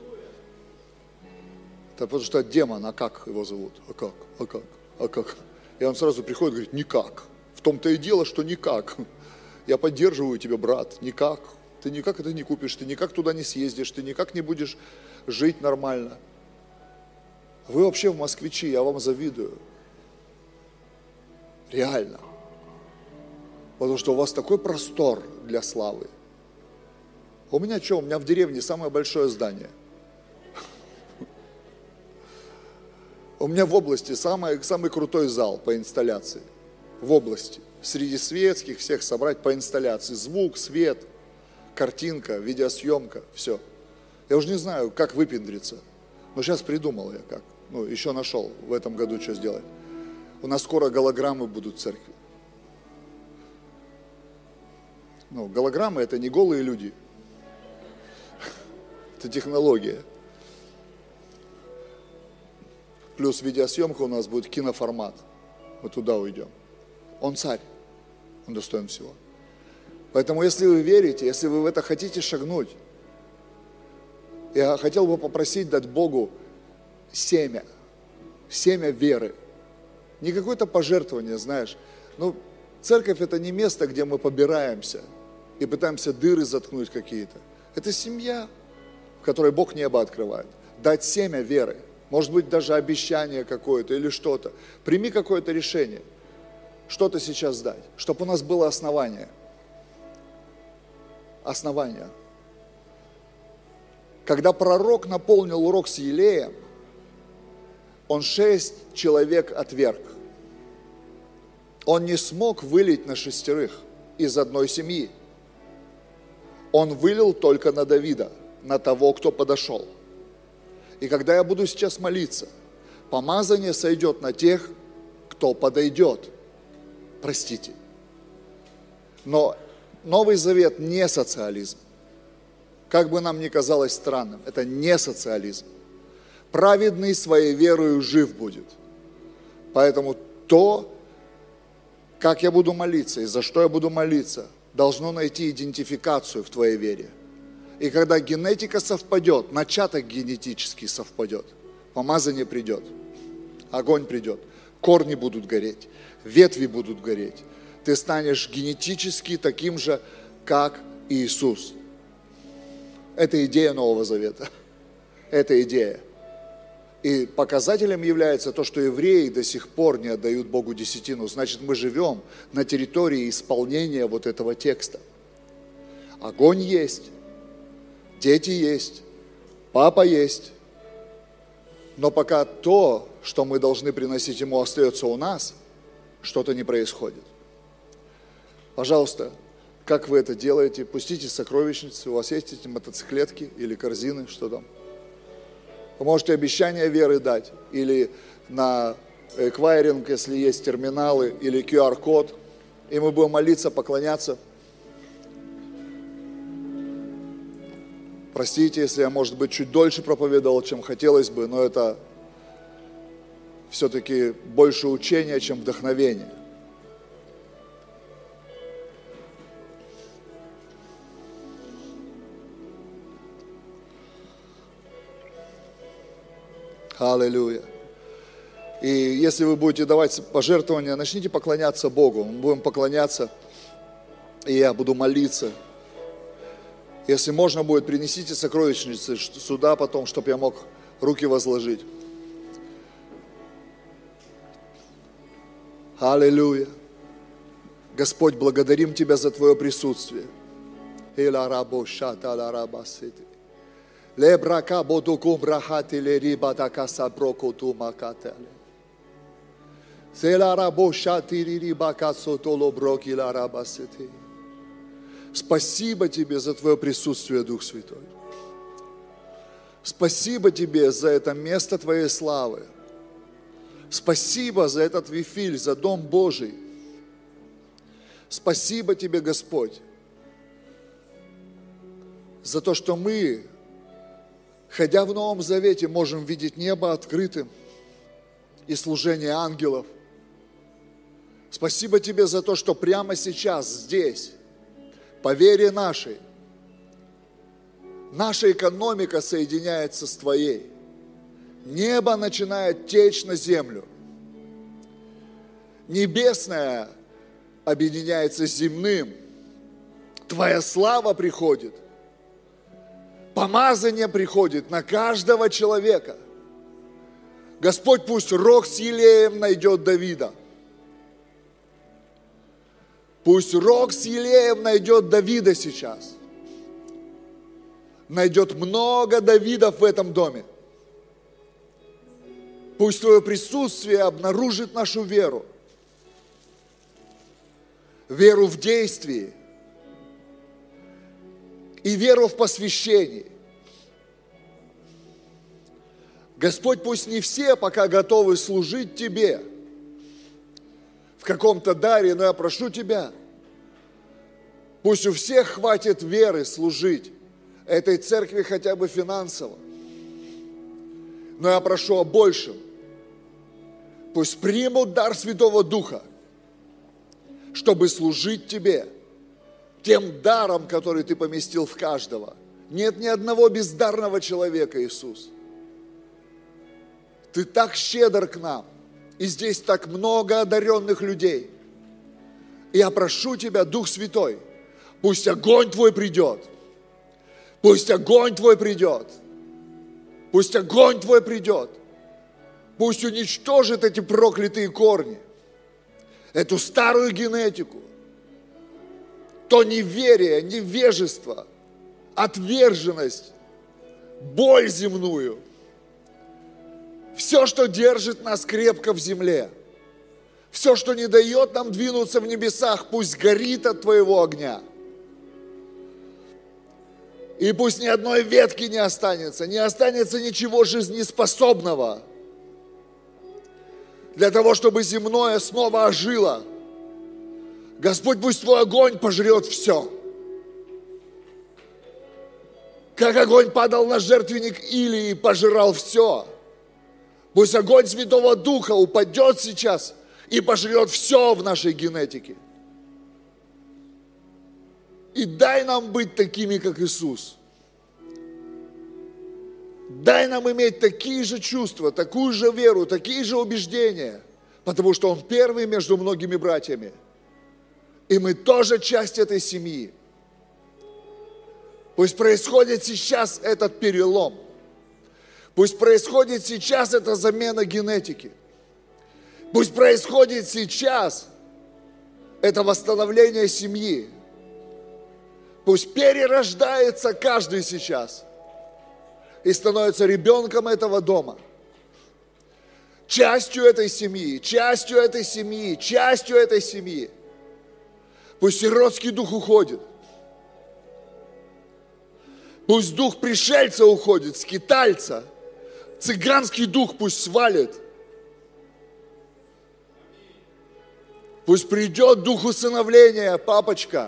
Это потому что демон, а как его зовут? А как? А как? А как? И он сразу приходит и говорит, никак. В том-то и дело, что никак. Я поддерживаю тебя, брат, никак. Ты никак это не купишь, ты никак туда не съездишь, ты никак не будешь жить нормально. Вы вообще в москвичи, я вам завидую. Реально. Потому что у вас такой простор для славы. У меня что? У меня в деревне самое большое здание. У меня в области самый, самый крутой зал по инсталляции. В области. Среди светских всех собрать по инсталляции. Звук, свет, картинка, видеосъемка, все. Я уже не знаю, как выпендриться. Но сейчас придумал я как. Ну, еще нашел в этом году, что сделать. У нас скоро голограммы будут в церкви. Ну, голограммы это не голые люди. Это технология. Плюс видеосъемка у нас будет киноформат. Мы туда уйдем. Он царь. Он достоин всего. Поэтому, если вы верите, если вы в это хотите шагнуть, я хотел бы попросить дать Богу семя. Семя веры. Не какое-то пожертвование, знаешь. Ну, церковь это не место, где мы побираемся и пытаемся дыры заткнуть какие-то. Это семья, в которой Бог небо открывает. Дать семя веры. Может быть, даже обещание какое-то или что-то. Прими какое-то решение. Что-то сейчас дать. Чтобы у нас было основание. Основание. Когда пророк наполнил урок с елеем, он шесть человек отверг. Он не смог вылить на шестерых из одной семьи. Он вылил только на Давида, на того, кто подошел. И когда я буду сейчас молиться, помазание сойдет на тех, кто подойдет. Простите. Но Новый Завет не социализм. Как бы нам ни казалось странным, это не социализм. Праведный своей верою жив будет. Поэтому то, как я буду молиться и за что я буду молиться, должно найти идентификацию в твоей вере. И когда генетика совпадет, начаток генетический совпадет, помазание придет, огонь придет, корни будут гореть, ветви будут гореть. Ты станешь генетически таким же, как Иисус. Это идея Нового Завета. Это идея. И показателем является то, что евреи до сих пор не отдают Богу десятину. Значит, мы живем на территории исполнения вот этого текста. Огонь есть, дети есть, папа есть. Но пока то, что мы должны приносить Ему, остается у нас, что-то не происходит. Пожалуйста, как вы это делаете? Пустите сокровищницы, у вас есть эти мотоциклетки или корзины, что там? Вы можете обещание веры дать, или на эквайринг, если есть терминалы, или ку ар код, и мы будем молиться, поклоняться. Простите, если я, может быть, чуть дольше проповедовал, чем хотелось бы, но это все-таки больше учения, чем вдохновение. Аллилуйя. И если вы будете давать пожертвования, начните поклоняться Богу. Мы будем поклоняться, и я буду молиться. Если можно будет, принесите сокровищницы сюда потом, чтобы я мог руки возложить. Аллилуйя. Господь, благодарим Тебя за Твое присутствие. Лебрака бодукум брахатили рибадака саброкуту макатели. Селарабошатири рибака сотоло брокила рабасити. Спасибо Тебе за Твое присутствие, Дух Святой. Спасибо Тебе за это место Твоей славы. Спасибо за этот Вифиль, за Дом Божий. Спасибо Тебе, Господь, за то, что мы, ходя в Новом Завете, можем видеть небо открытым и служение ангелов. Спасибо Тебе за то, что прямо сейчас, здесь, по вере нашей, наша экономика соединяется с Твоей. Небо начинает течь на землю. Небесное объединяется с земным. Твоя слава приходит. Помазание приходит на каждого человека. Господь, пусть рог с елеем найдет Давида. Пусть рог с елеем найдет Давида сейчас. Найдет много Давидов в этом доме. Пусть Твое присутствие обнаружит нашу веру. Веру в действии. И веру в посвящении. Господь, пусть не все пока готовы служить Тебе в каком-то даре, но я прошу Тебя, пусть у всех хватит веры служить этой церкви хотя бы финансово. Но я прошу о большем. Пусть примут дар Святого Духа, чтобы служить Тебе тем даром, который Ты поместил в каждого. Нет ни одного бездарного человека, Иисус. Ты так щедр к нам, и здесь так много одаренных людей. И я прошу Тебя, Дух Святой, пусть огонь Твой придет, пусть огонь Твой придет, пусть огонь Твой придет, пусть уничтожит эти проклятые корни, эту старую генетику, то неверие, невежество, отверженность, боль земную, все, что держит нас крепко в земле, все, что не дает нам двинуться в небесах, пусть горит от Твоего огня. И пусть ни одной ветки не останется, не останется ничего жизнеспособного для того, чтобы земное снова ожило. Господь, пусть Твой огонь пожрет все. Как огонь падал на жертвенник Илии и пожирал все. Пусть огонь Святого Духа упадет сейчас и пожрет все в нашей генетике. И дай нам быть такими, как Иисус. Дай нам иметь такие же чувства, такую же веру, такие же убеждения, потому что Он первый между многими братьями. И мы тоже часть этой семьи. Пусть происходит сейчас этот перелом. Пусть происходит сейчас эта замена генетики. Пусть происходит сейчас это восстановление семьи. Пусть перерождается каждый сейчас и становится ребенком этого дома. Частью этой семьи, частью этой семьи, частью этой семьи. Пусть сиротский дух уходит. Пусть дух пришельца уходит, скитальца. Цыганский дух пусть свалит. Пусть придет дух усыновления, папочка.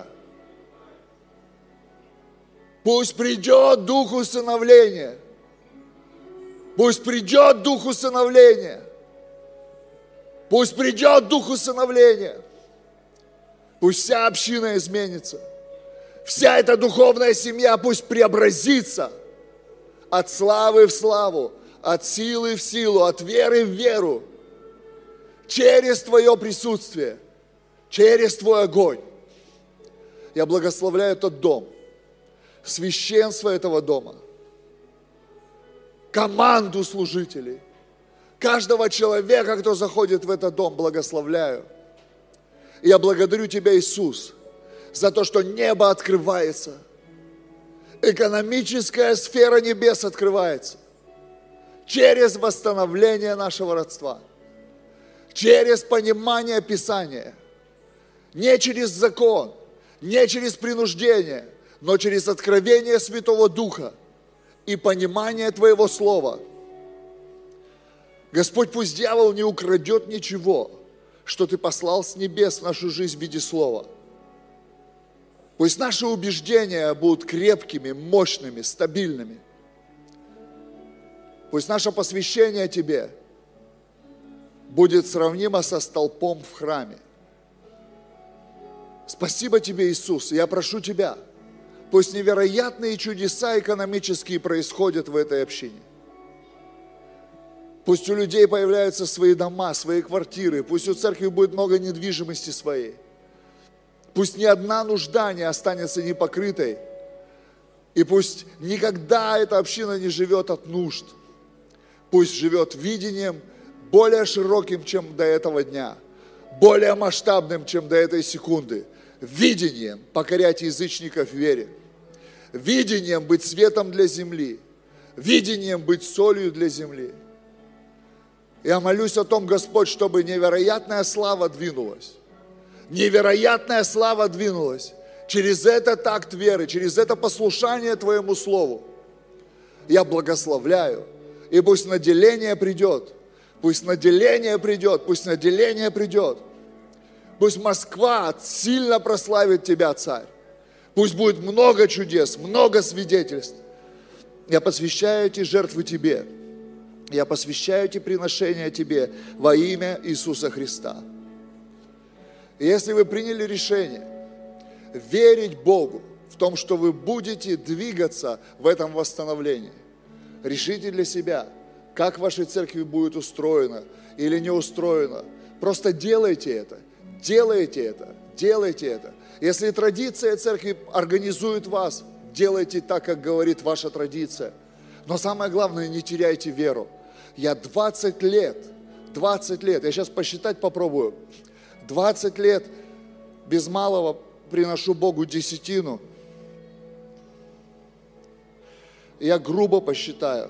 Пусть придет дух усыновления. Пусть придет дух усыновления. Пусть придет дух усыновления. Пусть вся община изменится. Вся эта духовная семья пусть преобразится от славы в славу, от силы в силу, от веры в веру, через Твое присутствие, через Твой огонь. Я благословляю этот дом, священство этого дома, команду служителей, каждого человека, кто заходит в этот дом, благословляю. И я благодарю Тебя, Иисус, за то, что небо открывается, экономическая сфера небес открывается через восстановление нашего родства, через понимание Писания, не через закон, не через принуждение, но через откровение Святого Духа и понимание Твоего Слова. Господь, пусть дьявол не украдет ничего, что Ты послал с небес в нашу жизнь в виде Слова. Пусть наши убеждения будут крепкими, мощными, стабильными. Пусть наше посвящение Тебе будет сравнимо со столпом в храме. Спасибо Тебе, Иисус. Я прошу Тебя, пусть невероятные чудеса экономические происходят в этой общине. Пусть у людей появляются свои дома, свои квартиры. Пусть у церкви будет много недвижимости своей. Пусть ни одна нужда не останется непокрытой. И пусть никогда эта община не живет от нужд. Пусть живет видением более широким, чем до этого дня. Более масштабным, чем до этой секунды. Видением покорять язычников в вере. Видением быть светом для земли. Видением быть солью для земли. Я молюсь о том, Господь, чтобы невероятная слава двинулась. Невероятная слава двинулась через этот акт веры, через это послушание Твоему Слову. Я благословляю. И пусть наделение придет. Пусть наделение придет. Пусть наделение придет. Пусть Москва сильно прославит Тебя, Царь. Пусть будет много чудес, много свидетельств. Я посвящаю эти жертвы Тебе. Я посвящаю эти приношения Тебе во имя Иисуса Христа. И если вы приняли решение верить Богу в том, что вы будете двигаться в этом восстановлении, решите для себя, как в вашей церкви будет устроено или не устроено. Просто делайте это, делайте это, делайте это. Если традиция церкви организует вас, делайте так, как говорит ваша традиция. Но самое главное, не теряйте веру. Я двадцать лет, двадцать лет, я сейчас посчитать попробую, двадцать лет без малого приношу Богу десятину. Я грубо посчитаю.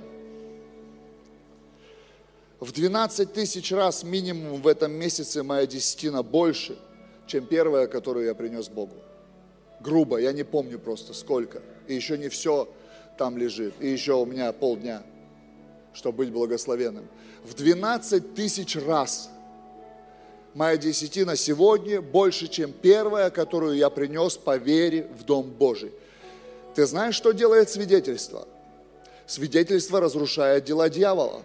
В двенадцать тысяч раз минимум в этом месяце моя десятина больше, чем первая, которую я принес Богу. Грубо, я не помню просто сколько. И еще не все там лежит. И еще у меня полдня, чтобы быть благословенным. В двенадцать тысяч раз моя десятина сегодня больше, чем первая, которую я принес по вере в Дом Божий. Ты знаешь, что делает свидетельство? Свидетельство разрушает дела дьявола.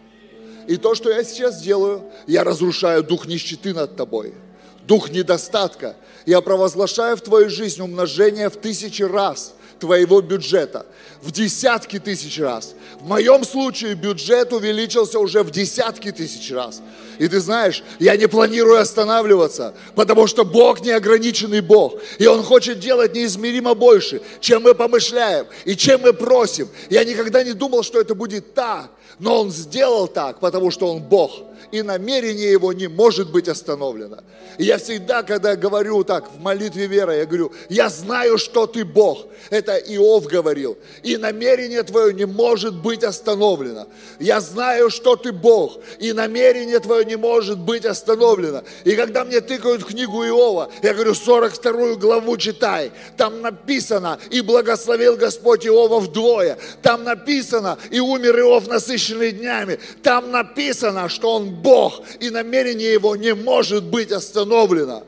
И то, что я сейчас делаю, я разрушаю дух нищеты над тобой, дух недостатка. Я провозглашаю в твою жизнь умножение в тысячи раз твоего бюджета, в десятки тысяч раз. В моем случае бюджет увеличился уже в десятки тысяч раз. И ты знаешь, я не планирую останавливаться, потому что Бог неограниченный Бог. И Он хочет делать неизмеримо больше, чем мы помышляем и чем мы просим. Я никогда не думал, что это будет так, но Он сделал так, потому что Он Бог. И намерение Его не может быть остановлено. И я всегда, когда говорю так в молитве веры, я говорю, я знаю, что Ты Бог. Это Иов говорил. И намерение Твое не может быть остановлено. Я знаю, что Ты Бог. И намерение Твое не может быть остановлено. И когда мне тыкают книгу Иова, я говорю, сорок вторую главу читай. Там написано, и благословил Господь Иова вдвое. Там написано, и умер Иов насыщенный днями. Там написано, что он Бог, и намерение Его не может быть остановлено.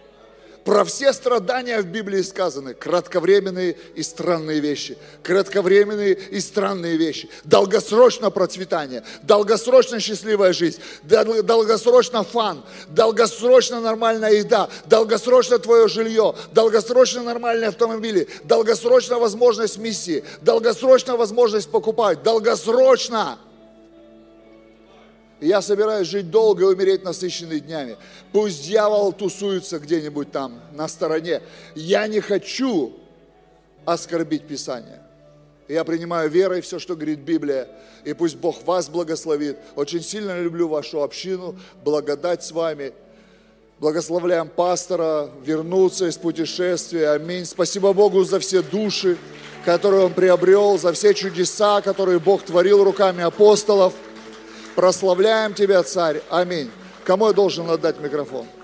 Про все страдания в Библии сказаны. Кратковременные и странные вещи. Кратковременные и странные вещи. Долгосрочное процветание. Долгосрочно счастливая жизнь. Долгосрочно фан. Долгосрочно нормальная еда. Долгосрочно твое жилье. Долгосрочно нормальные автомобили. Долгосрочно возможность миссии. Долгосрочно возможность покупать. Долгосрочно. Я собираюсь жить долго и умереть насыщенными днями. Пусть дьявол тусуется где-нибудь там на стороне. Я не хочу оскорбить Писание. Я принимаю верой все, что говорит Библия. И пусть Бог вас благословит. Очень сильно люблю вашу общину. Благодать с вами. Благословляем пастора вернуться из путешествия. Аминь. Спасибо Богу за все души, которые Он приобрел, за все чудеса, которые Бог творил руками апостолов. Прославляем Тебя, Царь. Аминь. Кому я должен отдать микрофон?